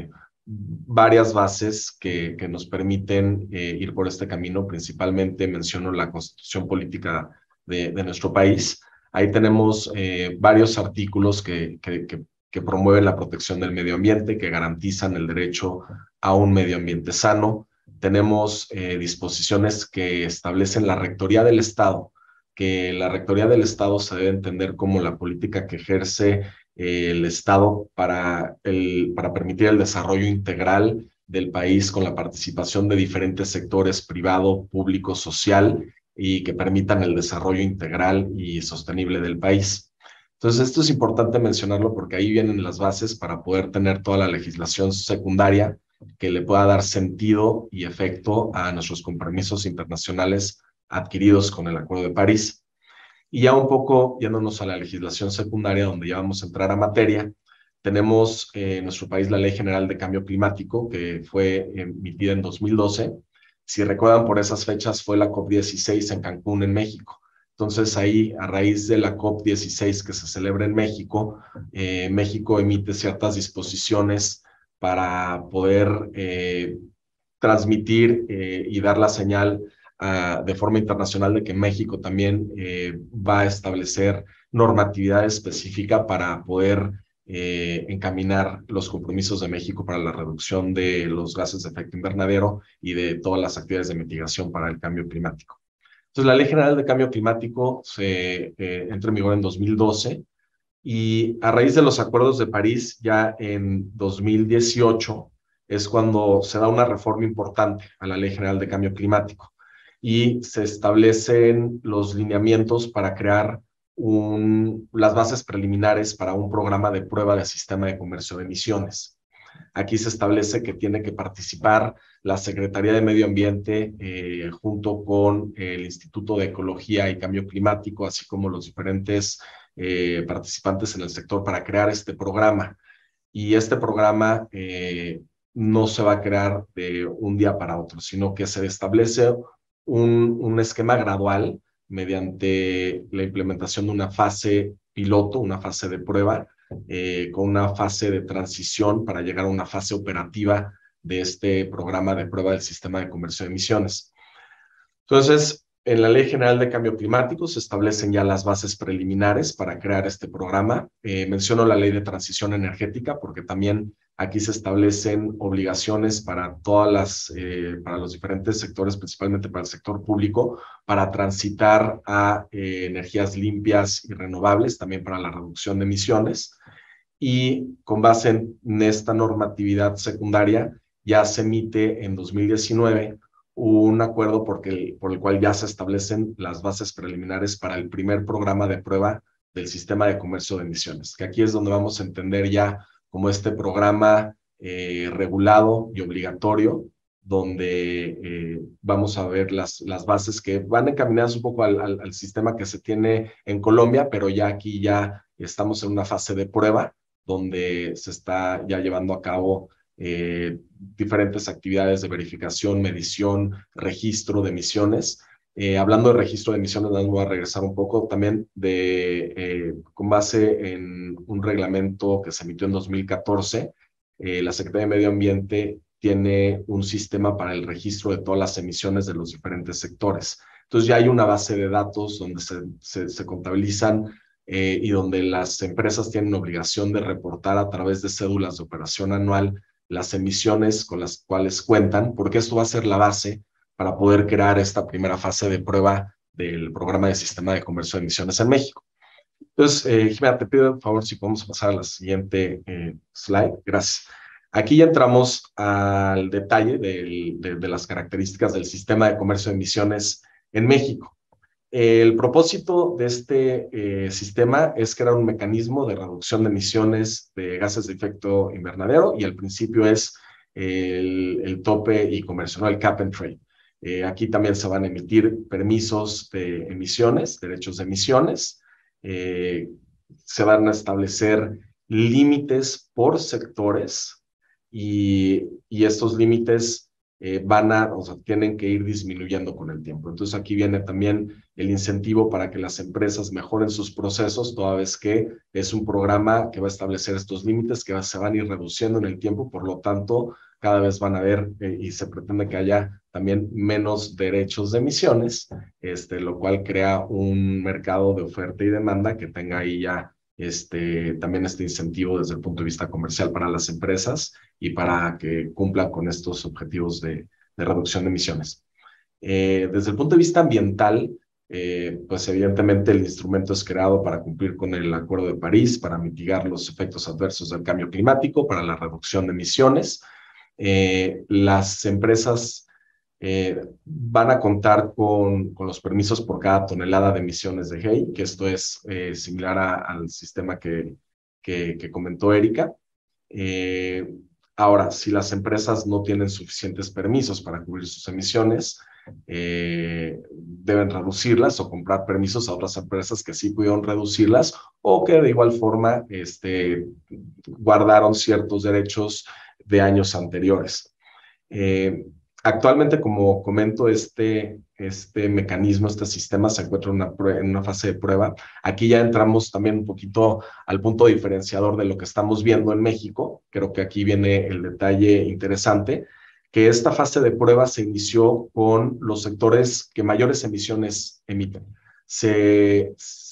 varias bases que nos permiten ir por este camino. Principalmente menciono la Constitución Política de nuestro país. Ahí tenemos varios artículos que promueven la protección del medio ambiente, que garantizan el derecho a un medio ambiente sano. Tenemos disposiciones que establecen la Rectoría del Estado, que la Rectoría del Estado se debe entender como la política que ejerce el Estado para permitir el desarrollo integral del país con la participación de diferentes sectores privado, público, social y que permitan el desarrollo integral y sostenible del país. Entonces, esto es importante mencionarlo porque ahí vienen las bases para poder tener toda la legislación secundaria que le pueda dar sentido y efecto a nuestros compromisos internacionales adquiridos con el Acuerdo de París. Y ya un poco yéndonos a la legislación secundaria, donde ya vamos a entrar a materia, tenemos en nuestro país la Ley General de Cambio Climático, que fue emitida en 2012. Si recuerdan, por esas fechas fue la COP16 en Cancún, en México. Entonces ahí, a raíz de la COP16 que se celebra en México, México emite ciertas disposiciones para poder transmitir y dar la señal de forma internacional de que México también va a establecer normatividad específica para poder encaminar los compromisos de México para la reducción de los gases de efecto invernadero y de todas las actividades de mitigación para el cambio climático. Entonces, la Ley General de Cambio Climático entra en vigor en 2012 y a raíz de los acuerdos de París, ya en 2018, es cuando se da una reforma importante a la Ley General de Cambio Climático y se establecen los lineamientos para crear las bases preliminares para un programa de prueba de sistema de comercio de emisiones. Aquí se establece que tiene que participar la Secretaría de Medio Ambiente junto con el Instituto de Ecología y Cambio Climático, así como los diferentes participantes en el sector para crear este programa. Y este programa no se va a crear de un día para otro, sino que se establece un esquema gradual mediante la implementación de una fase piloto, una fase de prueba, con una fase de transición para llegar a una fase operativa de este programa de prueba del sistema de comercio de emisiones. Entonces, en la Ley General de Cambio Climático se establecen ya las bases preliminares para crear este programa. Menciono la Ley de Transición Energética porque también aquí se establecen obligaciones para para los diferentes sectores, principalmente para el sector público, para transitar a energías limpias y renovables, también para la reducción de emisiones. Y con base en esta normatividad secundaria, ya se emite en 2019 un acuerdo por el cual ya se establecen las bases preliminares para el primer programa de prueba del sistema de comercio de emisiones, que aquí es donde vamos a entender ya como este programa regulado y obligatorio, donde vamos a ver las bases que van encaminadas un poco al sistema que se tiene en Colombia, pero ya aquí ya estamos en una fase de prueba donde se está ya llevando a cabo diferentes actividades de verificación, medición, registro de emisiones. Hablando de registro de emisiones, voy a regresar un poco también con base en un reglamento que se emitió en 2014. La Secretaría de Medio Ambiente tiene un sistema para el registro de todas las emisiones de los diferentes sectores. Entonces ya hay una base de datos donde se contabilizan y donde las empresas tienen obligación de reportar a través de cédulas de operación anual las emisiones con las cuales cuentan, porque esto va a ser la base para poder crear esta primera fase de prueba del programa de sistema de comercio de emisiones en México. Entonces, Jimena, te pido por favor si podemos pasar a la siguiente slide. Gracias. Aquí ya entramos al detalle de las características del sistema de comercio de emisiones en México. El propósito de este sistema es crear un mecanismo de reducción de emisiones de gases de efecto invernadero y el principio es el tope y comercio, ¿no? El cap and trade. Aquí también se van a emitir permisos de emisiones, derechos de emisiones. Se van a establecer límites por sectores y estos límites tienen que ir disminuyendo con el tiempo. Entonces aquí viene también el incentivo para que las empresas mejoren sus procesos, toda vez que es un programa que va a establecer estos límites que se van a ir reduciendo en el tiempo, por lo tanto, cada vez van a haber y se pretende que haya también menos derechos de emisiones, lo cual crea un mercado de oferta y demanda que tenga ahí ya también este incentivo desde el punto de vista comercial para las empresas y para que cumplan con estos objetivos de reducción de emisiones. Desde el punto de vista ambiental, pues evidentemente el instrumento es creado para cumplir con el Acuerdo de París, para mitigar los efectos adversos del cambio climático, para la reducción de emisiones. Las empresas van a contar con los permisos por cada tonelada de emisiones de GEI, que esto es similar al sistema que comentó Erika. Ahora, si las empresas no tienen suficientes permisos para cubrir sus emisiones, deben reducirlas o comprar permisos a otras empresas que sí pudieron reducirlas o que de igual forma guardaron ciertos derechos de años anteriores. Actualmente, como comento, este mecanismo, este sistema se encuentra en una fase de prueba. Aquí ya entramos también un poquito al punto diferenciador de lo que estamos viendo en México. Creo que aquí viene el detalle interesante, que esta fase de prueba se inició con los sectores que mayores emisiones emiten. Se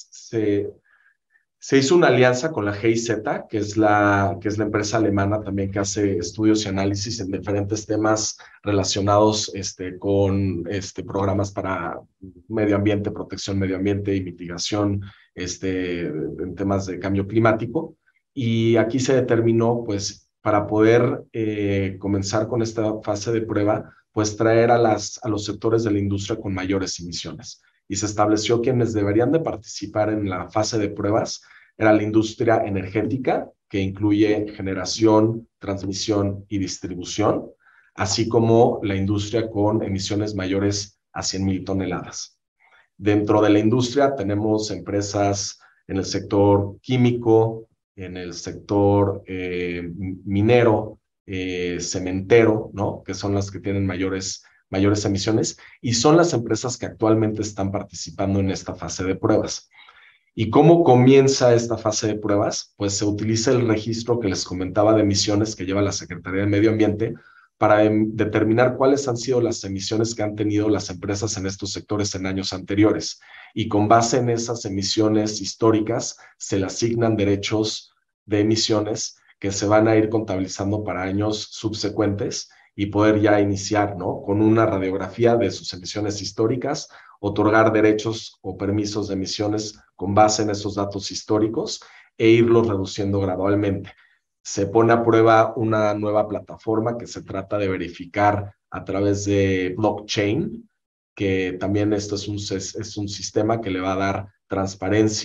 hizo una alianza con la GIZ, que es la empresa alemana también que hace estudios y análisis en diferentes temas relacionados con programas para medio ambiente, protección medio ambiente y mitigación en temas de cambio climático. Y aquí se determinó, pues, para poder comenzar con esta fase de prueba, pues traer a los sectores de la industria con mayores emisiones. Y se estableció quienes deberían de participar en la fase de pruebas era la industria energética, que incluye generación, transmisión y distribución, así como la industria con emisiones mayores a 100,000 toneladas. Dentro de la industria tenemos empresas en el sector químico, en el sector minero, cementero, ¿no? Que son las que tienen mayores emisiones y son las empresas que actualmente están participando en esta fase de pruebas. ¿Y cómo comienza esta fase de pruebas? Pues se utiliza el registro que les comentaba de emisiones que lleva la Secretaría de Medio Ambiente para determinar cuáles han sido las emisiones que han tenido las empresas en estos sectores en años anteriores. Y con base en esas emisiones históricas se le asignan derechos de emisiones que se van a ir contabilizando para años subsecuentes y poder ya iniciar, ¿no? Con una radiografía de sus emisiones históricas, otorgar derechos o permisos de emisiones con base en esos datos históricos e irlos reduciendo gradualmente. Se pone a prueba una nueva plataforma que se trata de verificar a través de blockchain, que también esto es un sistema que le va a dar transparencia,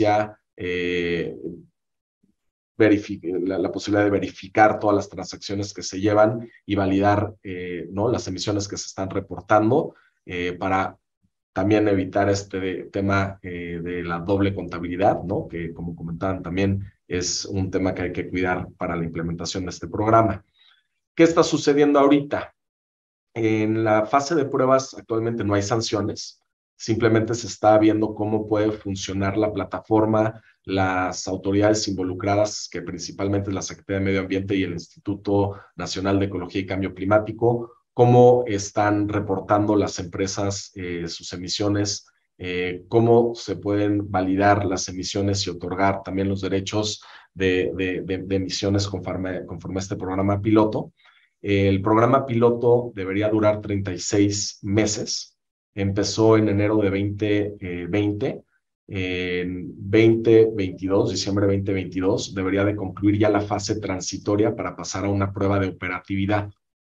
la posibilidad de verificar todas las transacciones que se llevan y validar ¿no? las emisiones que se están reportando para también evitar este tema de la doble contabilidad, ¿no? Que como comentaban también es un tema que hay que cuidar para la implementación de este programa. ¿Qué está sucediendo ahorita? En la fase de pruebas actualmente no hay sanciones, simplemente se está viendo cómo puede funcionar la plataforma, las autoridades involucradas, que principalmente es la Secretaría de Medio Ambiente y el Instituto Nacional de Ecología y Cambio Climático, cómo están reportando las empresas sus emisiones, cómo se pueden validar las emisiones y otorgar también los derechos de emisiones conforme a este programa piloto. El programa piloto debería durar 36 meses. Empezó en enero de 2020. En 2022, diciembre de 2022, debería de concluir ya la fase transitoria para pasar a una prueba de operatividad.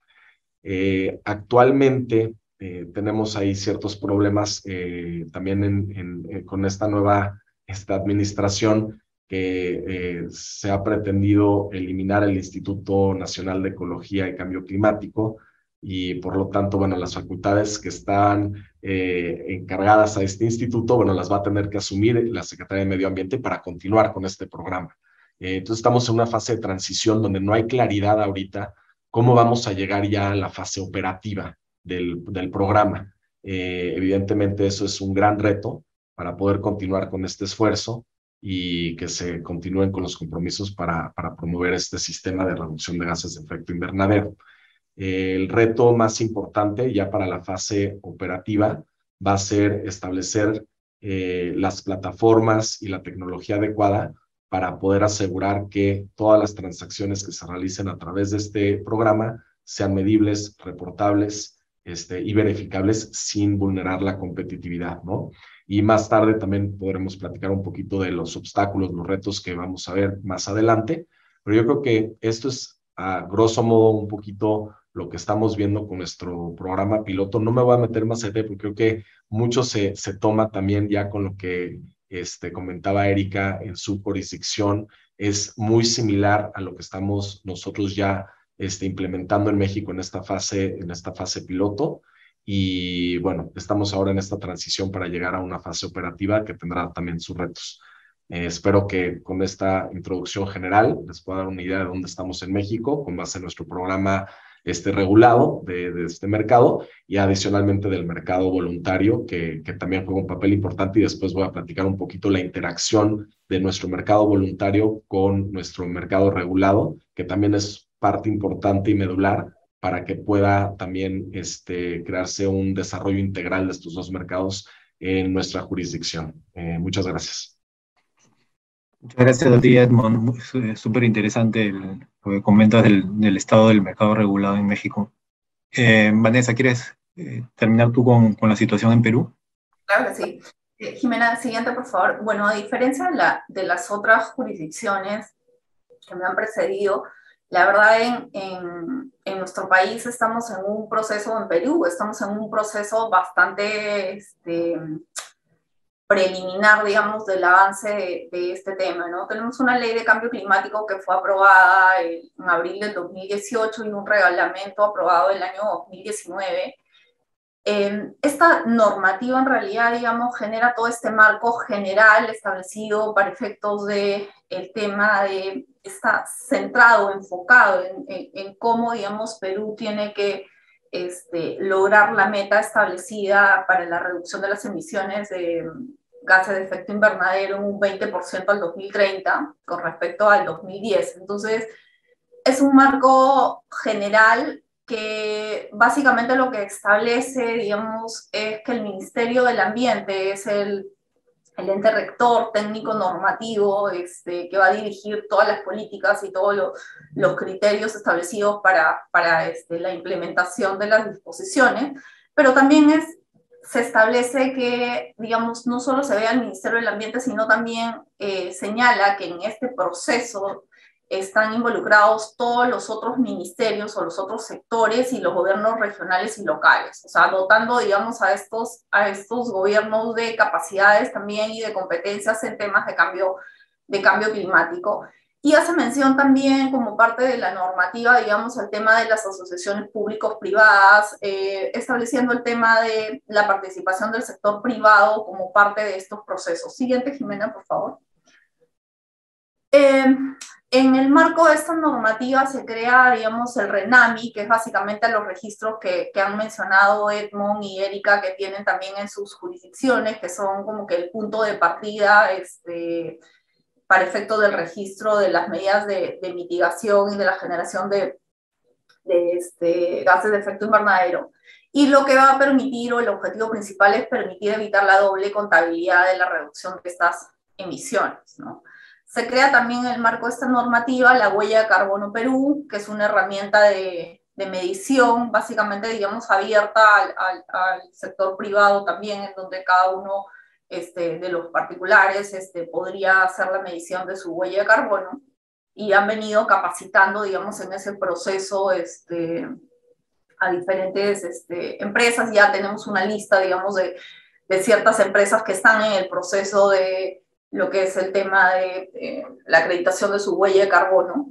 Actualmente tenemos ahí ciertos problemas también con esta nueva administración que se ha pretendido eliminar el Instituto Nacional de Ecología y Cambio Climático y por lo tanto, bueno, las facultades que están encargadas a este instituto, bueno, las va a tener que asumir la Secretaría de Medio Ambiente para continuar con este programa. Entonces estamos en una fase de transición donde no hay claridad ahorita cómo vamos a llegar ya a la fase operativa del programa. Evidentemente eso es un gran reto para poder continuar con este esfuerzo y que se continúen con los compromisos para promover este sistema de reducción de gases de efecto invernadero. El reto más importante ya para la fase operativa va a ser establecer las plataformas y la tecnología adecuada para poder asegurar que todas las transacciones que se realicen a través de este programa sean medibles, reportables y verificables sin vulnerar la competitividad, ¿no? Y más tarde también podremos platicar un poquito de los obstáculos, los retos que vamos a ver más adelante, pero yo creo que esto es a grosso modo un poquito lo que estamos viendo con nuestro programa piloto. No me voy a meter más en porque creo que mucho se toma también ya con lo que comentaba Erika en su jurisdicción. Es muy similar a lo que estamos nosotros ya implementando en México en esta fase piloto. Y bueno, estamos ahora en esta transición para llegar a una fase operativa que tendrá también sus retos. Espero que con esta introducción general les pueda dar una idea de dónde estamos en México con base en nuestro programa regulado de este mercado y adicionalmente del mercado voluntario que también juega un papel importante y después voy a platicar un poquito la interacción de nuestro mercado voluntario con nuestro mercado regulado, que también es parte importante y medular para que pueda también crearse un desarrollo integral de estos dos mercados en nuestra jurisdicción. Muchas gracias. Muchas gracias a ti, Edmond. Súper interesante lo que comentas del estado del mercado regulado en México. Vanessa, ¿quieres terminar tú con la situación en Perú? Claro que sí. Jimena, siguiente, por favor. Bueno, a diferencia de las otras jurisdicciones que me han precedido, la verdad en nuestro país estamos en un proceso, en Perú, estamos en un proceso bastante preliminar, digamos, del avance de este tema, ¿no? Tenemos una ley de cambio climático que fue aprobada en abril del 2018 y un reglamento aprobado el año 2019. Esta normativa en realidad, digamos, genera todo este marco general establecido para efectos del tema está centrado, enfocado en cómo, digamos, Perú tiene que lograr la meta establecida para la reducción de las emisiones de gases de efecto invernadero en un 20% al 2030 con respecto al 2010. Entonces, es un marco general que básicamente lo que establece, digamos, es que el Ministerio del Ambiente es el ente rector técnico normativo que va a dirigir todas las políticas y todos los criterios establecidos para la implementación de las disposiciones, pero también se establece que, digamos, no solo se ve al Ministerio del Ambiente, sino también señala que en este proceso están involucrados todos los otros ministerios o los otros sectores y los gobiernos regionales y locales, o sea, dotando, digamos, a estos gobiernos de capacidades también y de competencias en temas de cambio climático. Y hace mención también, como parte de la normativa, digamos, al tema de las asociaciones públicos-privadas, estableciendo el tema de la participación del sector privado como parte de estos procesos. Siguiente, Jimena, por favor. En el marco de esta normativa se crea, digamos, el RENAMI, que es básicamente los registros que han mencionado Edmond y Erika, que tienen también en sus jurisdicciones, que son como que el punto de partida para efecto del registro de las medidas de mitigación y de la generación de gases de efecto invernadero. Y lo que va a permitir, o el objetivo principal, es permitir evitar la doble contabilidad de la reducción de estas emisiones, ¿no? Se crea también en el marco de esta normativa la huella de carbono Perú, que es una herramienta de medición, básicamente, digamos, abierta al sector privado también, en donde cada uno de los particulares podría hacer la medición de su huella de carbono, y han venido capacitando, digamos, en ese proceso a diferentes empresas. Ya tenemos una lista, digamos, de ciertas empresas que están en el proceso de lo que es el tema de la acreditación de su huella de carbono.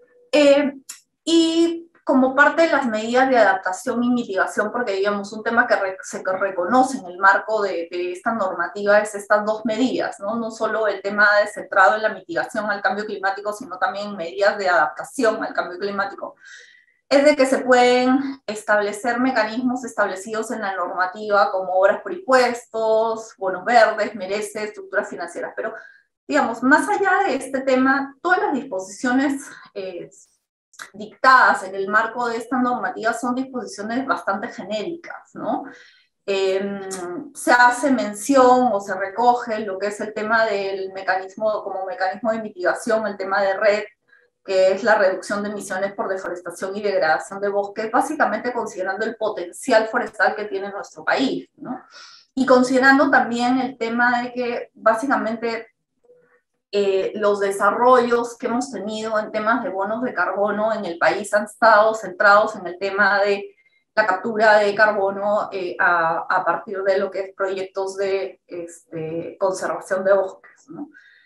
Y como parte de las medidas de adaptación y mitigación, porque digamos un tema que se reconoce en el marco de esta normativa es estas dos medidas, ¿no? No solo el tema centrado en la mitigación al cambio climático, sino también medidas de adaptación al cambio climático. Es de que se pueden establecer mecanismos establecidos en la normativa como obras por impuestos, bonos verdes, merece, estructuras financieras, pero digamos, más allá de este tema, todas las disposiciones dictadas en el marco de esta normativa son disposiciones bastante genéricas, ¿no? Se hace mención o se recoge lo que es el tema del mecanismo, como mecanismo de mitigación, el tema de REDD, que es la reducción de emisiones por deforestación y degradación de bosques, básicamente considerando el potencial forestal que tiene nuestro país, ¿no? Y considerando también el tema de que básicamente los desarrollos que hemos tenido en temas de bonos de carbono en el país han estado centrados en el tema de la captura de carbono a partir de lo que es proyectos de conservación de bosques, ¿no?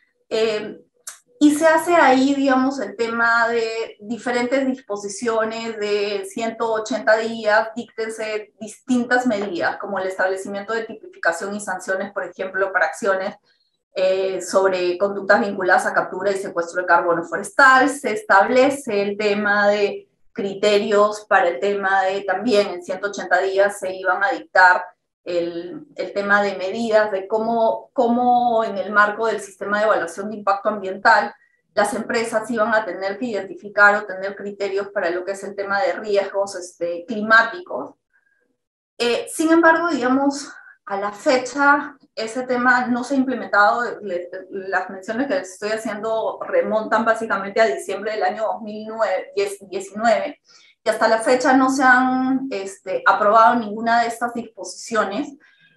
Y se hace ahí, digamos, el tema de diferentes disposiciones de 180 días, díctense distintas medidas, como el establecimiento de tipificación y sanciones, por ejemplo, para acciones sobre conductas vinculadas a captura y secuestro de carbono forestal. Se establece el tema de criterios para el tema de, también en 180 días se iban a dictar el tema de medidas de cómo en el marco del sistema de evaluación de impacto ambiental las empresas iban a tener que identificar o tener criterios para lo que es el tema de riesgos climáticos. Sin embargo, digamos, a la fecha ese tema no se ha implementado. Las menciones que les estoy haciendo remontan básicamente a diciembre del año 2019, y hasta la fecha no se han aprobado ninguna de estas disposiciones.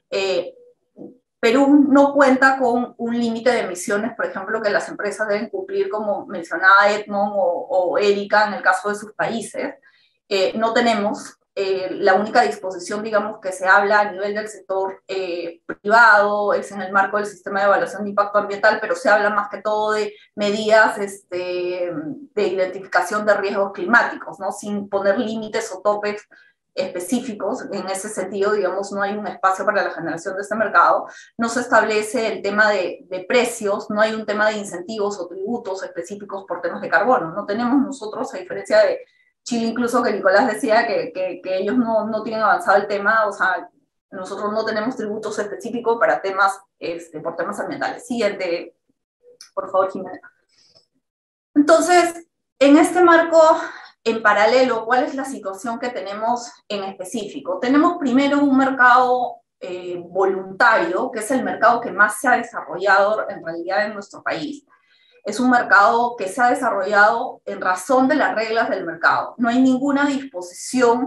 Perú no cuenta con un límite de emisiones, por ejemplo, que las empresas deben cumplir, como mencionaba Edmond o Erika, en el caso de sus países. No tenemos. La única disposición, digamos, que se habla a nivel del sector privado es en el marco del sistema de evaluación de impacto ambiental, pero se habla más que todo de medidas de identificación de riesgos climáticos, ¿no? Sin poner límites o topes específicos. En ese sentido, digamos, no hay un espacio para la generación de este mercado. No se establece el tema de precios, no hay un tema de incentivos o tributos específicos por temas de carbono. No tenemos nosotros, a diferencia de Chile, incluso, que Nicolás decía que ellos no tienen avanzado el tema. O sea, nosotros no tenemos tributos específicos para temas, por temas ambientales. Siguiente, por favor, Jimena. Entonces, en este marco, en paralelo, ¿cuál es la situación que tenemos en específico? Tenemos primero un mercado voluntario, que es el mercado que más se ha desarrollado en realidad en nuestro país. Es un mercado que se ha desarrollado en razón de las reglas del mercado. No hay ninguna disposición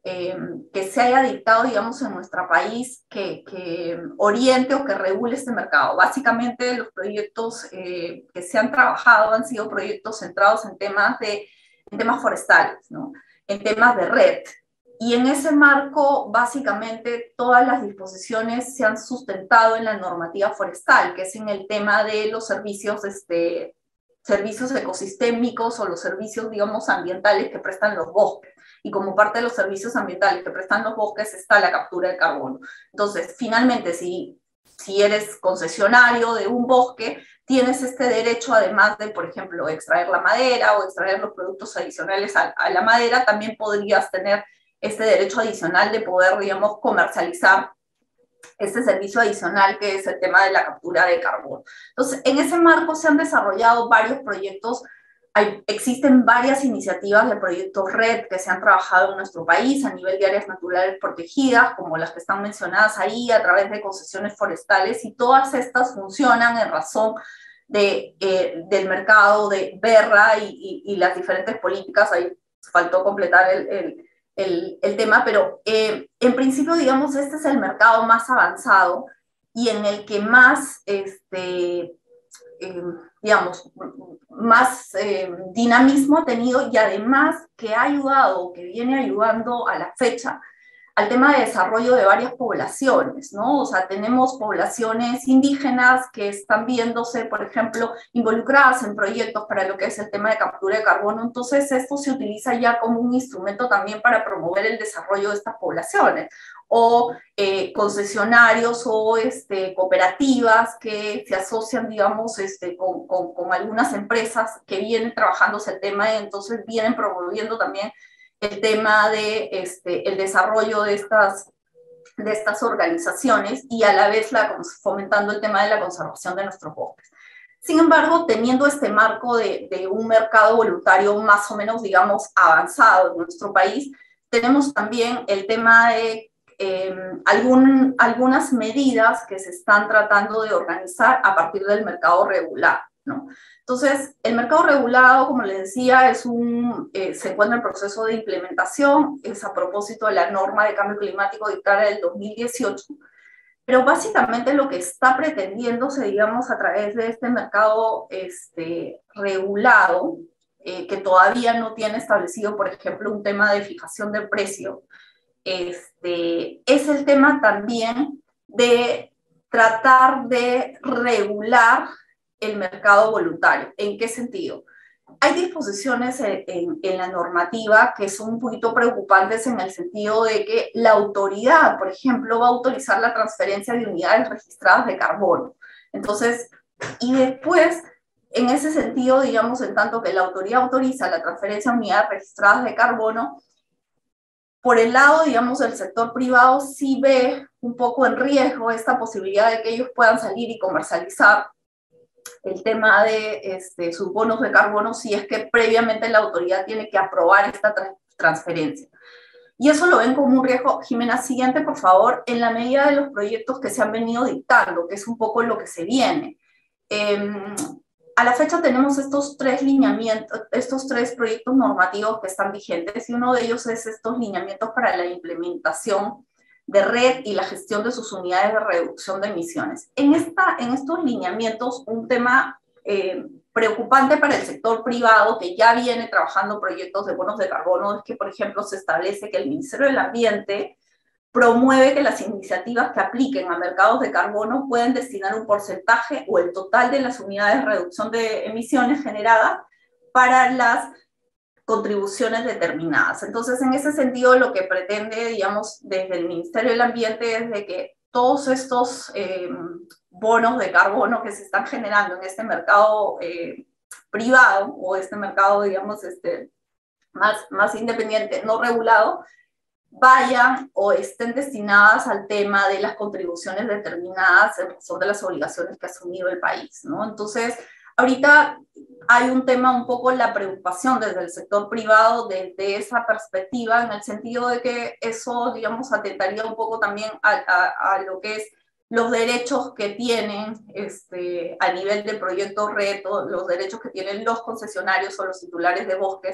que se haya dictado, digamos, en nuestro país que oriente o que regule este mercado. Básicamente los proyectos que se han trabajado han sido proyectos centrados en temas forestales, ¿no? En temas de red. Y en ese marco, básicamente, todas las disposiciones se han sustentado en la normativa forestal, que es en el tema de los servicios ecosistémicos o los servicios, digamos, ambientales que prestan los bosques. Y como parte de los servicios ambientales que prestan los bosques está la captura de carbono. Entonces, finalmente, si eres concesionario de un bosque, tienes este derecho, además de, por ejemplo, extraer la madera o extraer los productos adicionales a la madera, también podrías tener este derecho adicional de poder, digamos, comercializar este servicio adicional que es el tema de la captura de carbono. Entonces, en ese marco se han desarrollado varios proyectos. Existen varias iniciativas de proyectos RED que se han trabajado en nuestro país a nivel de áreas naturales protegidas, como las que están mencionadas ahí, a través de concesiones forestales, y todas estas funcionan en razón del mercado de BERRA y las diferentes políticas. Ahí faltó completar el tema, pero en principio, digamos, este es el mercado más avanzado y en el que más, digamos, más dinamismo ha tenido, y además que ha ayudado, que viene ayudando a la fecha al tema de desarrollo de varias poblaciones, ¿no? O sea, tenemos poblaciones indígenas que están viéndose, por ejemplo, involucradas en proyectos para lo que es el tema de captura de carbono. Entonces, esto se utiliza ya como un instrumento también para promover el desarrollo de estas poblaciones, o concesionarios o cooperativas que se asocian, digamos, con algunas empresas que vienen trabajándose el tema, y entonces vienen promoviendo también el tema de el desarrollo de estas organizaciones, y a la vez fomentando el tema de la conservación de nuestros bosques. Sin embargo, teniendo este marco de un mercado voluntario más o menos, digamos, avanzado en nuestro país, tenemos también el tema de algunas medidas que se están tratando de organizar a partir del mercado regulado, ¿no? Entonces, el mercado regulado, como les decía, se encuentra en proceso de implementación. Es a propósito de la norma de cambio climático dictada del 2018, pero básicamente lo que está pretendiéndose, digamos, a través de este mercado regulado, que todavía no tiene establecido, por ejemplo, un tema de fijación del precio, es el tema también de tratar de regular el mercado voluntario. ¿En qué sentido? Hay disposiciones en la normativa que son un poquito preocupantes, en el sentido de que la autoridad, por ejemplo, va a autorizar la transferencia de unidades registradas de carbono. Entonces, y después, en ese sentido, digamos, en tanto que la autoridad autoriza la transferencia de unidades registradas de carbono, por el lado, digamos, del sector privado sí ve un poco en riesgo esta posibilidad de que ellos puedan salir y comercializar el tema de sus bonos de carbono, si es que previamente la autoridad tiene que aprobar esta transferencia. Y eso lo ven como un riesgo. Jimena, siguiente, por favor. En la medida de los proyectos que se han venido dictando, que es un poco lo que se viene. A la fecha tenemos estos tres proyectos normativos que están vigentes, y uno de ellos es estos lineamientos para la implementación de red y la gestión de sus unidades de reducción de emisiones. En estos lineamientos, un tema preocupante para el sector privado, que ya viene trabajando proyectos de bonos de carbono, es que, por ejemplo, se establece que el Ministerio del Ambiente promueve que las iniciativas que apliquen a mercados de carbono pueden destinar un porcentaje o el total de las unidades de reducción de emisiones generadas para las contribuciones determinadas. Entonces, en ese sentido, lo que pretende, digamos, desde el Ministerio del Ambiente es de que todos estos bonos de carbono que se están generando en este mercado privado, o este mercado, digamos, más independiente, no regulado, vayan o estén destinadas al tema de las contribuciones determinadas en razón de las obligaciones que ha asumido el país, ¿no? Entonces, ahorita hay un tema, un poco la preocupación desde el sector privado desde esa perspectiva, en el sentido de que eso, digamos, atentaría un poco también a lo que es los derechos que tienen a nivel de proyecto reto, los derechos que tienen los concesionarios o los titulares de bosques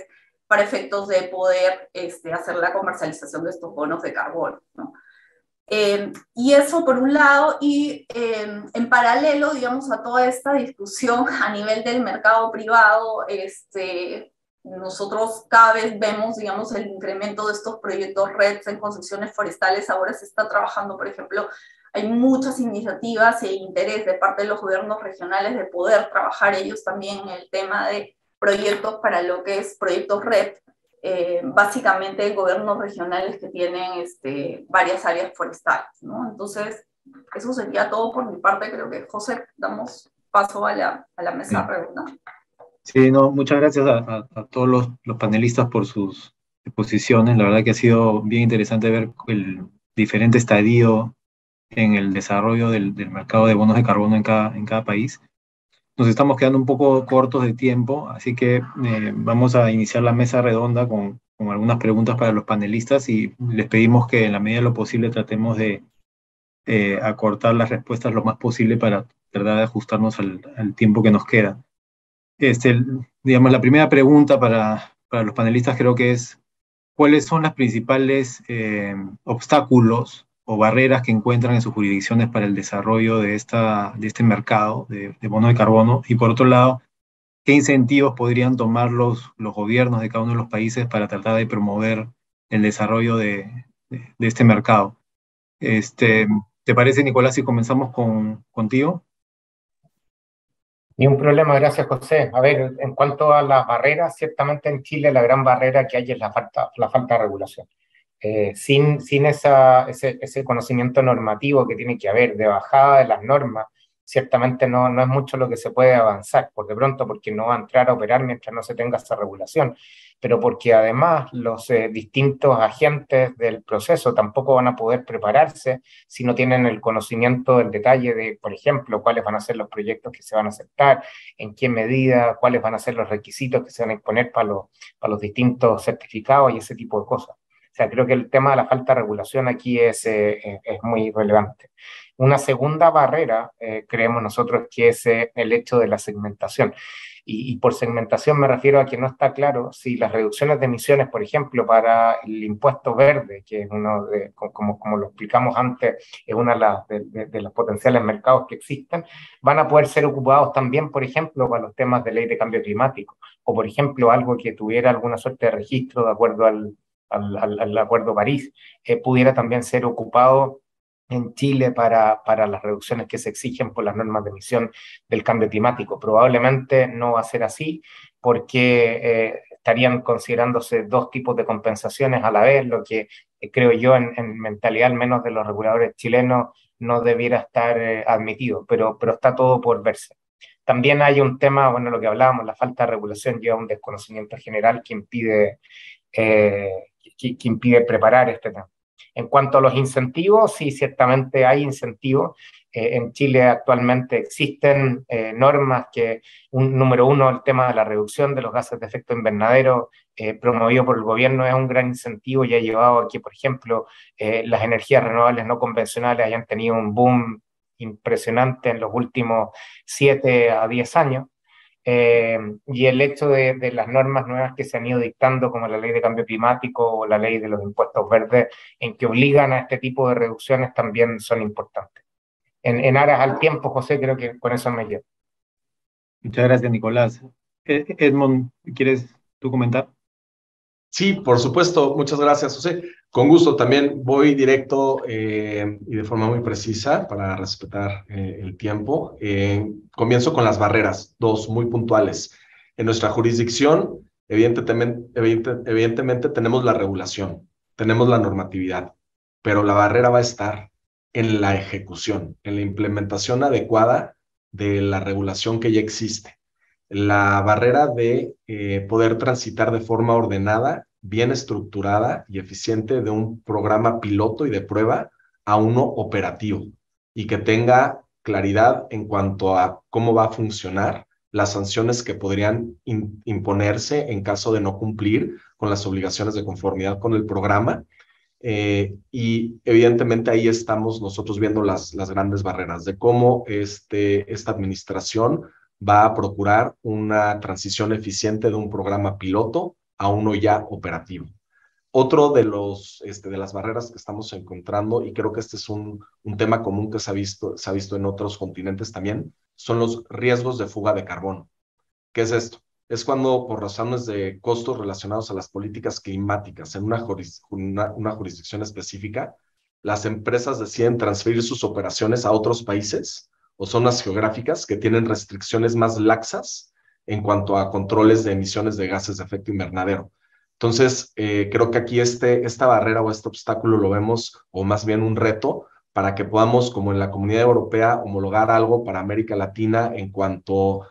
para efectos de poder hacer la comercialización de estos bonos de carbono, ¿no? Y eso por un lado, y en paralelo, digamos, a toda esta discusión a nivel del mercado privado, nosotros cada vez vemos, digamos, el incremento de estos proyectos REDS en concesiones forestales. Ahora se está trabajando, por ejemplo, hay muchas iniciativas e interés de parte de los gobiernos regionales de poder trabajar ellos también en el tema de proyectos para lo que es proyectos RED, básicamente gobiernos regionales que tienen varias áreas forestales, ¿no? Entonces, eso sería todo por mi parte. Creo que, José, damos paso a la mesa redonda. Sí, no, muchas gracias a todos los panelistas por sus exposiciones. La verdad que ha sido bien interesante ver el diferente estadio en el desarrollo del mercado de bonos de carbono en cada país. Nos estamos quedando un poco cortos de tiempo, así que vamos a iniciar la mesa redonda con algunas preguntas para los panelistas y les pedimos que en la medida de lo posible tratemos de acortar las respuestas lo más posible para tratar de ajustarnos al tiempo que nos queda. Digamos, la primera pregunta para los panelistas creo que es: ¿cuáles son las principales obstáculos o barreras que encuentran en sus jurisdicciones para el desarrollo de este mercado de bonos de carbono? Y por otro lado, ¿qué incentivos podrían tomar los gobiernos de cada uno de los países para tratar de promover el desarrollo de este mercado? ¿Te parece, Nicolás, si comenzamos contigo? Ni un problema, gracias, José. A ver, en cuanto a las barreras, ciertamente en Chile la gran barrera que hay es la falta de regulación. Sin ese conocimiento normativo que tiene que haber de bajada de las normas, ciertamente no es mucho lo que se puede avanzar, por de pronto porque no va a entrar a operar mientras no se tenga esa regulación, pero porque además los distintos agentes del proceso tampoco van a poder prepararse si no tienen el conocimiento del detalle de, por ejemplo, cuáles van a ser los proyectos que se van a aceptar, en qué medida, cuáles van a ser los requisitos que se van a imponer para los distintos certificados y ese tipo de cosas. O sea, creo que el tema de la falta de regulación aquí es muy relevante. Una segunda barrera, creemos nosotros, que es el hecho de la segmentación. Y por segmentación me refiero a que no está claro si las reducciones de emisiones, por ejemplo, para el impuesto verde, que es uno de, como lo explicamos antes, es uno de los potenciales mercados que existen, van a poder ser ocupados también, por ejemplo, para los temas de ley de cambio climático, o por ejemplo, algo que tuviera alguna suerte de registro de acuerdo al Acuerdo París, pudiera también ser ocupado en Chile para las reducciones que se exigen por las normas de emisión del cambio climático. Probablemente no va a ser así porque estarían considerándose dos tipos de compensaciones a la vez, lo que creo yo en mentalidad al menos de los reguladores chilenos no debiera estar admitido, pero está todo por verse. También hay un tema, bueno, lo que hablábamos, la falta de regulación lleva a un desconocimiento general que impide preparar este tema. En cuanto a los incentivos, sí, ciertamente hay incentivos. En Chile actualmente existen normas que, número uno, el tema de la reducción de los gases de efecto invernadero promovido por el gobierno es un gran incentivo y ha llevado a que, por ejemplo, las energías renovables no convencionales hayan tenido un boom impresionante en los últimos 7 a 10 años. Y el hecho de las normas nuevas que se han ido dictando, como la ley de cambio climático o la ley de los impuestos verdes, en que obligan a este tipo de reducciones, también son importantes. En aras al tiempo, José, creo que con eso me llevo. Muchas gracias, Nicolás. Edmond, ¿quieres tú comentar? Sí, por supuesto. Muchas gracias, José. Con gusto, también voy directo y de forma muy precisa para respetar el tiempo. Comienzo con las barreras, dos muy puntuales. En nuestra jurisdicción, evidentemente tenemos la regulación, tenemos la normatividad, pero la barrera va a estar en la ejecución, en la implementación adecuada de la regulación que ya existe. La barrera de poder transitar de forma ordenada, bien estructurada y eficiente de un programa piloto y de prueba a uno operativo y que tenga claridad en cuanto a cómo va a funcionar, las sanciones que podrían imponerse en caso de no cumplir con las obligaciones de conformidad con el programa. Y evidentemente ahí estamos nosotros viendo las grandes barreras de cómo esta administración va a procurar una transición eficiente de un programa piloto a uno ya operativo. Otro de las barreras que estamos encontrando, y creo que este es un tema común que se ha visto en otros continentes también, son los riesgos de fuga de carbono. ¿Qué es esto? Es cuando, por razones de costos relacionados a las políticas climáticas en una jurisdicción específica, las empresas deciden transferir sus operaciones a otros países o zonas geográficas que tienen restricciones más laxas en cuanto a controles de emisiones de gases de efecto invernadero. Entonces, creo que aquí esta barrera o este obstáculo lo vemos, o más bien un reto, para que podamos, como en la Comunidad Europea, homologar algo para América Latina en cuanto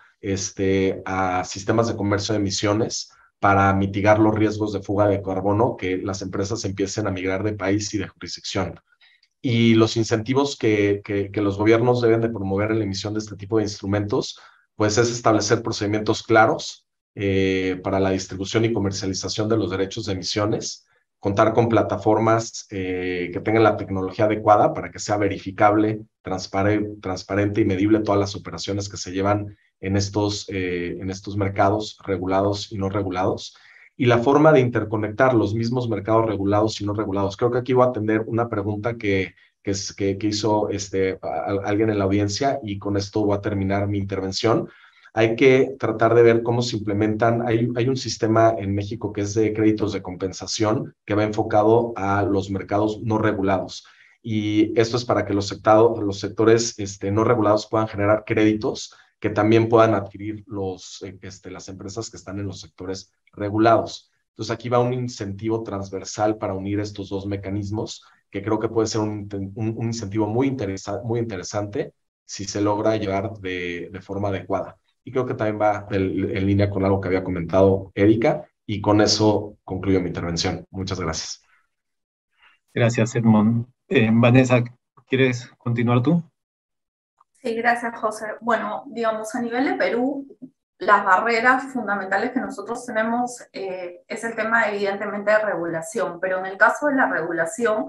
a sistemas de comercio de emisiones para mitigar los riesgos de fuga de carbono, que las empresas empiecen a migrar de país y de jurisdicción. Y los incentivos que los gobiernos deben de promover en la emisión de este tipo de instrumentos, pues es establecer procedimientos claros para la distribución y comercialización de los derechos de emisiones, contar con plataformas que tengan la tecnología adecuada para que sea verificable, transparente y medible todas las operaciones que se llevan en estos mercados regulados y no regulados, y la forma de interconectar los mismos mercados regulados y no regulados. Creo que aquí voy a atender una pregunta que hizo alguien en la audiencia, y con esto voy a terminar mi intervención. Hay que tratar de ver cómo se implementan. Hay un sistema en México que es de créditos de compensación que va enfocado a los mercados no regulados. Y esto es para que los sectores no regulados puedan generar créditos que también puedan adquirir las empresas que están en los sectores regulados. Entonces aquí va un incentivo transversal para unir estos dos mecanismos, que creo que puede ser un incentivo muy interesante si se logra llevar de forma adecuada. Y creo que también va en línea con algo que había comentado Erika, y con eso concluyo mi intervención. Muchas gracias. Gracias, Edmond. Vanessa, ¿quieres continuar tú? Sí, gracias, José. Bueno, digamos, a nivel de Perú, las barreras fundamentales que nosotros tenemos es el tema, evidentemente, de regulación, pero en el caso de la regulación,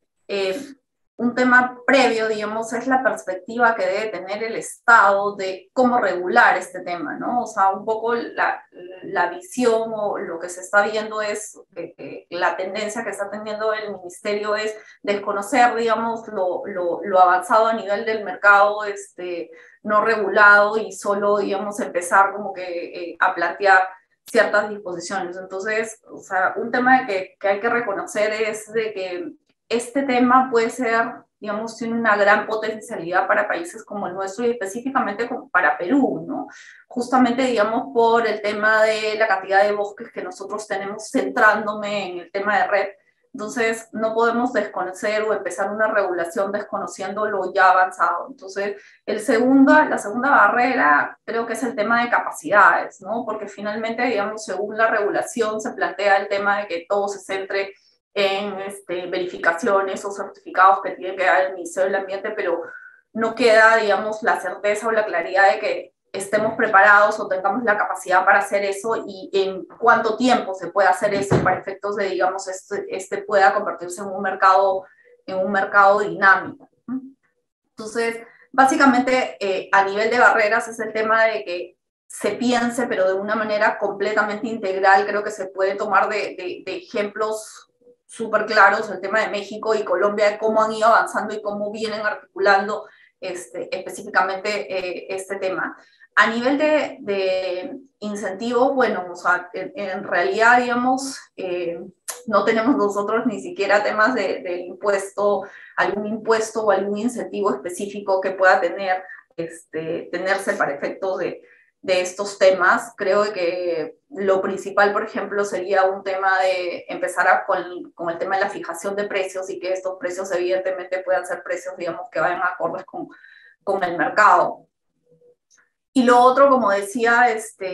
un tema previo, digamos, es la perspectiva que debe tener el Estado de cómo regular este tema, ¿no? O sea, un poco la visión o lo que se está viendo es la tendencia que está teniendo el ministerio es desconocer, digamos, lo avanzado a nivel del mercado no regulado, y solo, digamos, empezar como que a plantear ciertas disposiciones. Entonces, o sea, un tema que hay que reconocer es de que este tema puede ser, digamos, tiene una gran potencialidad para países como el nuestro, y específicamente para Perú, ¿no? Justamente, digamos, por el tema de la cantidad de bosques que nosotros tenemos, centrándome en el tema de red. Entonces, no podemos desconocer o empezar una regulación desconociendo lo ya avanzado. Entonces, la segunda barrera creo que es el tema de capacidades, ¿no? Porque finalmente, digamos, según la regulación se plantea el tema de que todo se centre en verificaciones o certificados que tiene que dar el Ministerio del Ambiente, pero no queda, digamos, la certeza o la claridad de que estemos preparados o tengamos la capacidad para hacer eso, y en cuánto tiempo se puede hacer eso para efectos de, digamos, pueda convertirse en un mercado dinámico. Entonces, básicamente, a nivel de barreras es el tema de que se piense, pero de una manera completamente integral. Creo que se puede tomar de ejemplos súper claros el tema de México y Colombia, de cómo han ido avanzando y cómo vienen articulando específicamente este tema. A nivel de incentivos, bueno, o sea, en realidad, digamos, no tenemos nosotros ni siquiera temas de impuesto, algún impuesto o algún incentivo específico que pueda tenerse para efectos de estos temas. Creo que lo principal, por ejemplo, sería un tema de empezar con el tema de la fijación de precios, y que estos precios evidentemente puedan ser precios, digamos, que vayan acordes con el mercado. Y lo otro, como decía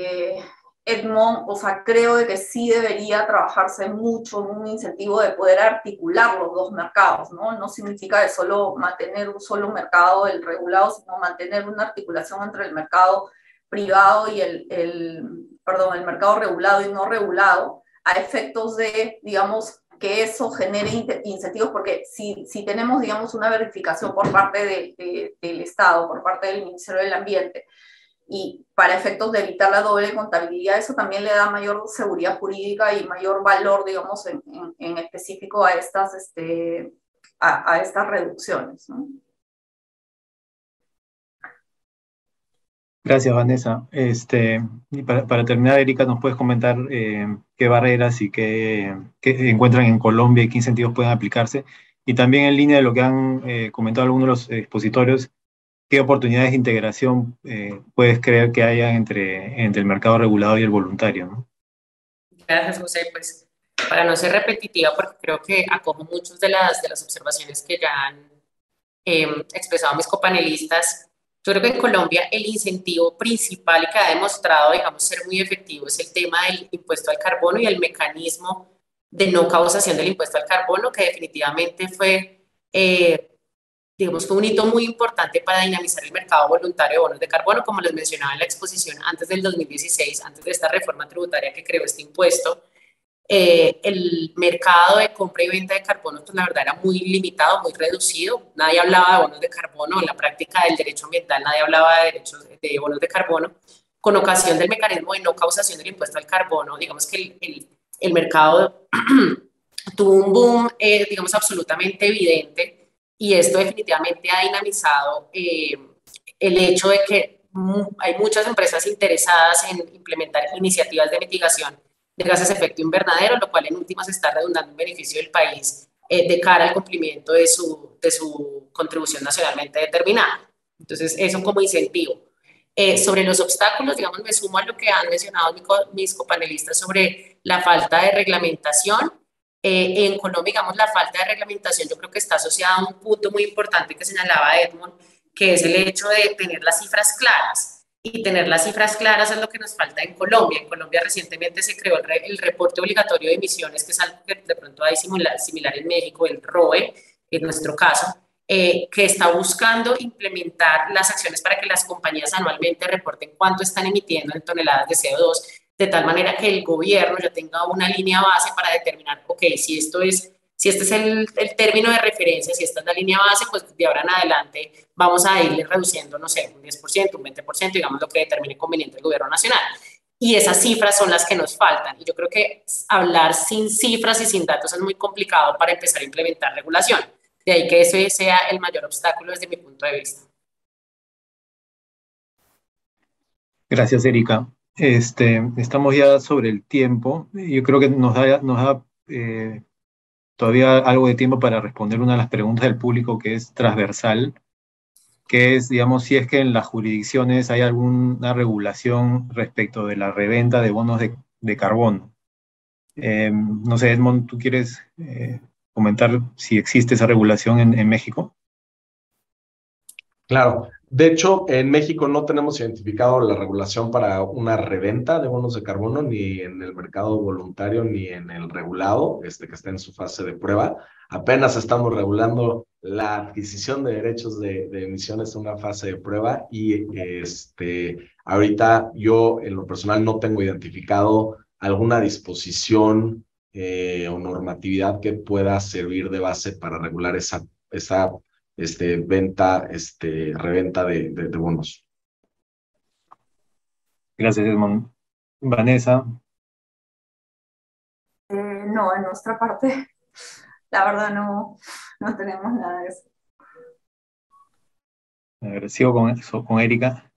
Edmond, o sea, creo de que sí debería trabajarse mucho en un incentivo de poder articular los dos mercados, ¿no? No significa de solo mantener un solo mercado, el regulado, sino mantener una articulación entre el mercado privado y el mercado regulado y no regulado, a efectos de, digamos, que eso genere incentivos, porque si tenemos, digamos, una verificación por parte del Estado, por parte del Ministerio del Ambiente, y para efectos de evitar la doble contabilidad, eso también le da mayor seguridad jurídica y mayor valor, digamos, en específico a estas, a estas reducciones, ¿no? Gracias, Vanessa. Y para terminar, Erika, ¿nos puedes comentar qué barreras y qué encuentran en Colombia y qué incentivos pueden aplicarse? Y también en línea de lo que han comentado algunos de los expositores, ¿qué oportunidades de integración puedes creer que haya entre el mercado regulado y el voluntario, ¿no? Gracias, José. Pues para no ser repetitiva, porque creo que acojo muchas de las observaciones que ya han expresado mis copanelistas, yo creo que en Colombia el incentivo principal y que ha demostrado, digamos, ser muy efectivo es el tema del impuesto al carbono y el mecanismo de no causación del impuesto al carbono, que definitivamente fue, digamos, fue un hito muy importante para dinamizar el mercado voluntario de bonos de carbono, como les mencionaba en la exposición antes del 2016, antes de esta reforma tributaria que creó este impuesto. El mercado de compra y venta de carbono, pues la verdad era muy limitado, muy reducido. Nadie hablaba de bonos de carbono, en la práctica del derecho ambiental nadie hablaba de derechos de bonos de carbono. Con ocasión del mecanismo de no causación del impuesto al carbono, digamos que el mercado tuvo un boom, digamos, absolutamente evidente, y esto definitivamente ha dinamizado el hecho de que hay muchas empresas interesadas en implementar iniciativas de mitigación de gases de efecto invernadero, lo cual en últimas está redundando en beneficio del país de cara al cumplimiento de su contribución nacionalmente determinada. Entonces, eso como incentivo. Sobre los obstáculos, digamos, me sumo a lo que han mencionado mis copanelistas sobre la falta de reglamentación. En Colombia, digamos, la falta de reglamentación yo creo que está asociada a un punto muy importante que señalaba Edmond, que es el hecho de tener las cifras claras. Y tener las cifras claras es lo que nos falta en Colombia. En Colombia recientemente se creó el reporte obligatorio de emisiones, que es algo que de pronto hay similar en México, el ROE, en nuestro caso, que está buscando implementar las acciones para que las compañías anualmente reporten cuánto están emitiendo en toneladas de CO2, de tal manera que el gobierno ya tenga una línea base para determinar, ok, si este es el término de referencia, si esta es la línea base, pues de ahora en adelante vamos a irle reduciendo, no sé, un 10%, un 20%, digamos lo que determine conveniente el gobierno nacional. Y esas cifras son las que nos faltan. Y yo creo que hablar sin cifras y sin datos es muy complicado para empezar a implementar regulación. De ahí que ese sea el mayor obstáculo desde mi punto de vista. Gracias, Erika. Estamos ya sobre el tiempo. Yo creo que nos da todavía algo de tiempo para responder una de las preguntas del público que es transversal, que es, digamos, si es que en las jurisdicciones hay alguna regulación respecto de la reventa de bonos de carbono. No sé, Edmond, ¿tú quieres comentar si existe esa regulación en México? Claro. De hecho, en México no tenemos identificado la regulación para una reventa de bonos de carbono, ni en el mercado voluntario, ni en el regulado, que está en su fase de prueba. Apenas estamos regulando la adquisición de derechos de emisiones en una fase de prueba y ahorita yo en lo personal no tengo identificado alguna disposición o normatividad que pueda servir de base para regular esa reventa de bonos. Gracias, Edmond. Vanessa. No, en nuestra parte, la verdad no tenemos nada de eso. Sigo con Erika.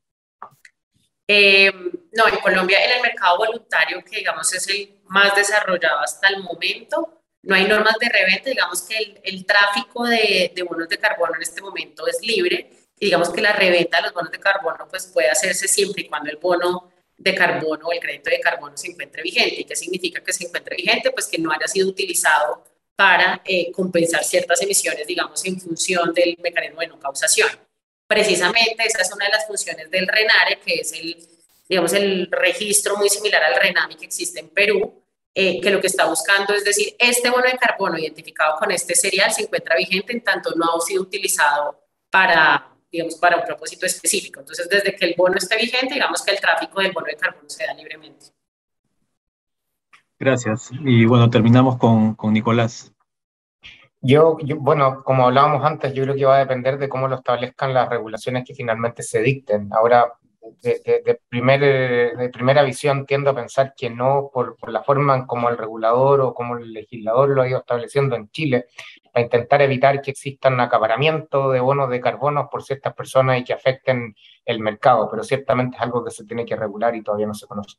No, en Colombia, en el mercado voluntario, que digamos es el más desarrollado hasta el momento, no hay normas de reventa. Digamos que el tráfico de bonos de carbono en este momento es libre, y digamos que la reventa de los bonos de carbono pues puede hacerse siempre y cuando el bono de carbono o el crédito de carbono se encuentre vigente. ¿Y qué significa que se encuentre vigente? Pues que no haya sido utilizado para compensar ciertas emisiones, digamos, en función del mecanismo de no causación. Precisamente esa es una de las funciones del RENARE, que es el registro muy similar al RENAMI que existe en Perú, que lo que está buscando es decir, este bono de carbono identificado con este serial se encuentra vigente en tanto no ha sido utilizado para un propósito específico. Entonces, desde que el bono esté vigente, digamos que el tráfico del bono de carbono se da libremente. Gracias. Y bueno, terminamos con Nicolás. Bueno, como hablábamos antes, yo creo que va a depender de cómo lo establezcan las regulaciones que finalmente se dicten. Ahora, de primera visión tiendo a pensar que no, por la forma en como el regulador o como el legislador lo ha ido estableciendo en Chile, para intentar evitar que existan acaparamiento de bonos de carbono por ciertas personas y que afecten el mercado, pero ciertamente es algo que se tiene que regular y todavía no se conoce.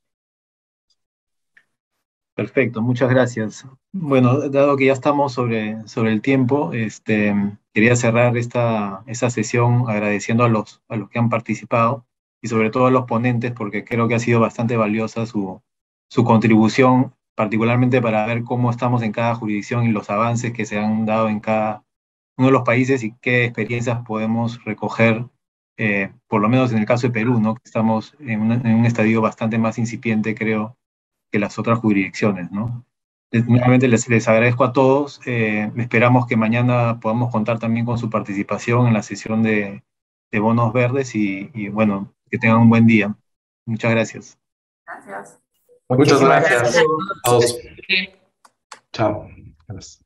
Perfecto, muchas gracias. Bueno, dado que ya estamos sobre el tiempo, quería cerrar esta sesión agradeciendo a los que han participado y sobre todo a los ponentes, porque creo que ha sido bastante valiosa su contribución, particularmente para ver cómo estamos en cada jurisdicción y los avances que se han dado en cada uno de los países y qué experiencias podemos recoger, por lo menos en el caso de Perú, ¿no? Que estamos en un estadio bastante más incipiente, creo, que las otras jurisdicciones, ¿no? Nuevamente les agradezco a todos. Esperamos que mañana podamos contar también con su participación en la sesión de bonos verdes y bueno, que tengan un buen día. Muchas gracias. Gracias. Muchas Muchísimas gracias gracias. a todos. Chao. Gracias.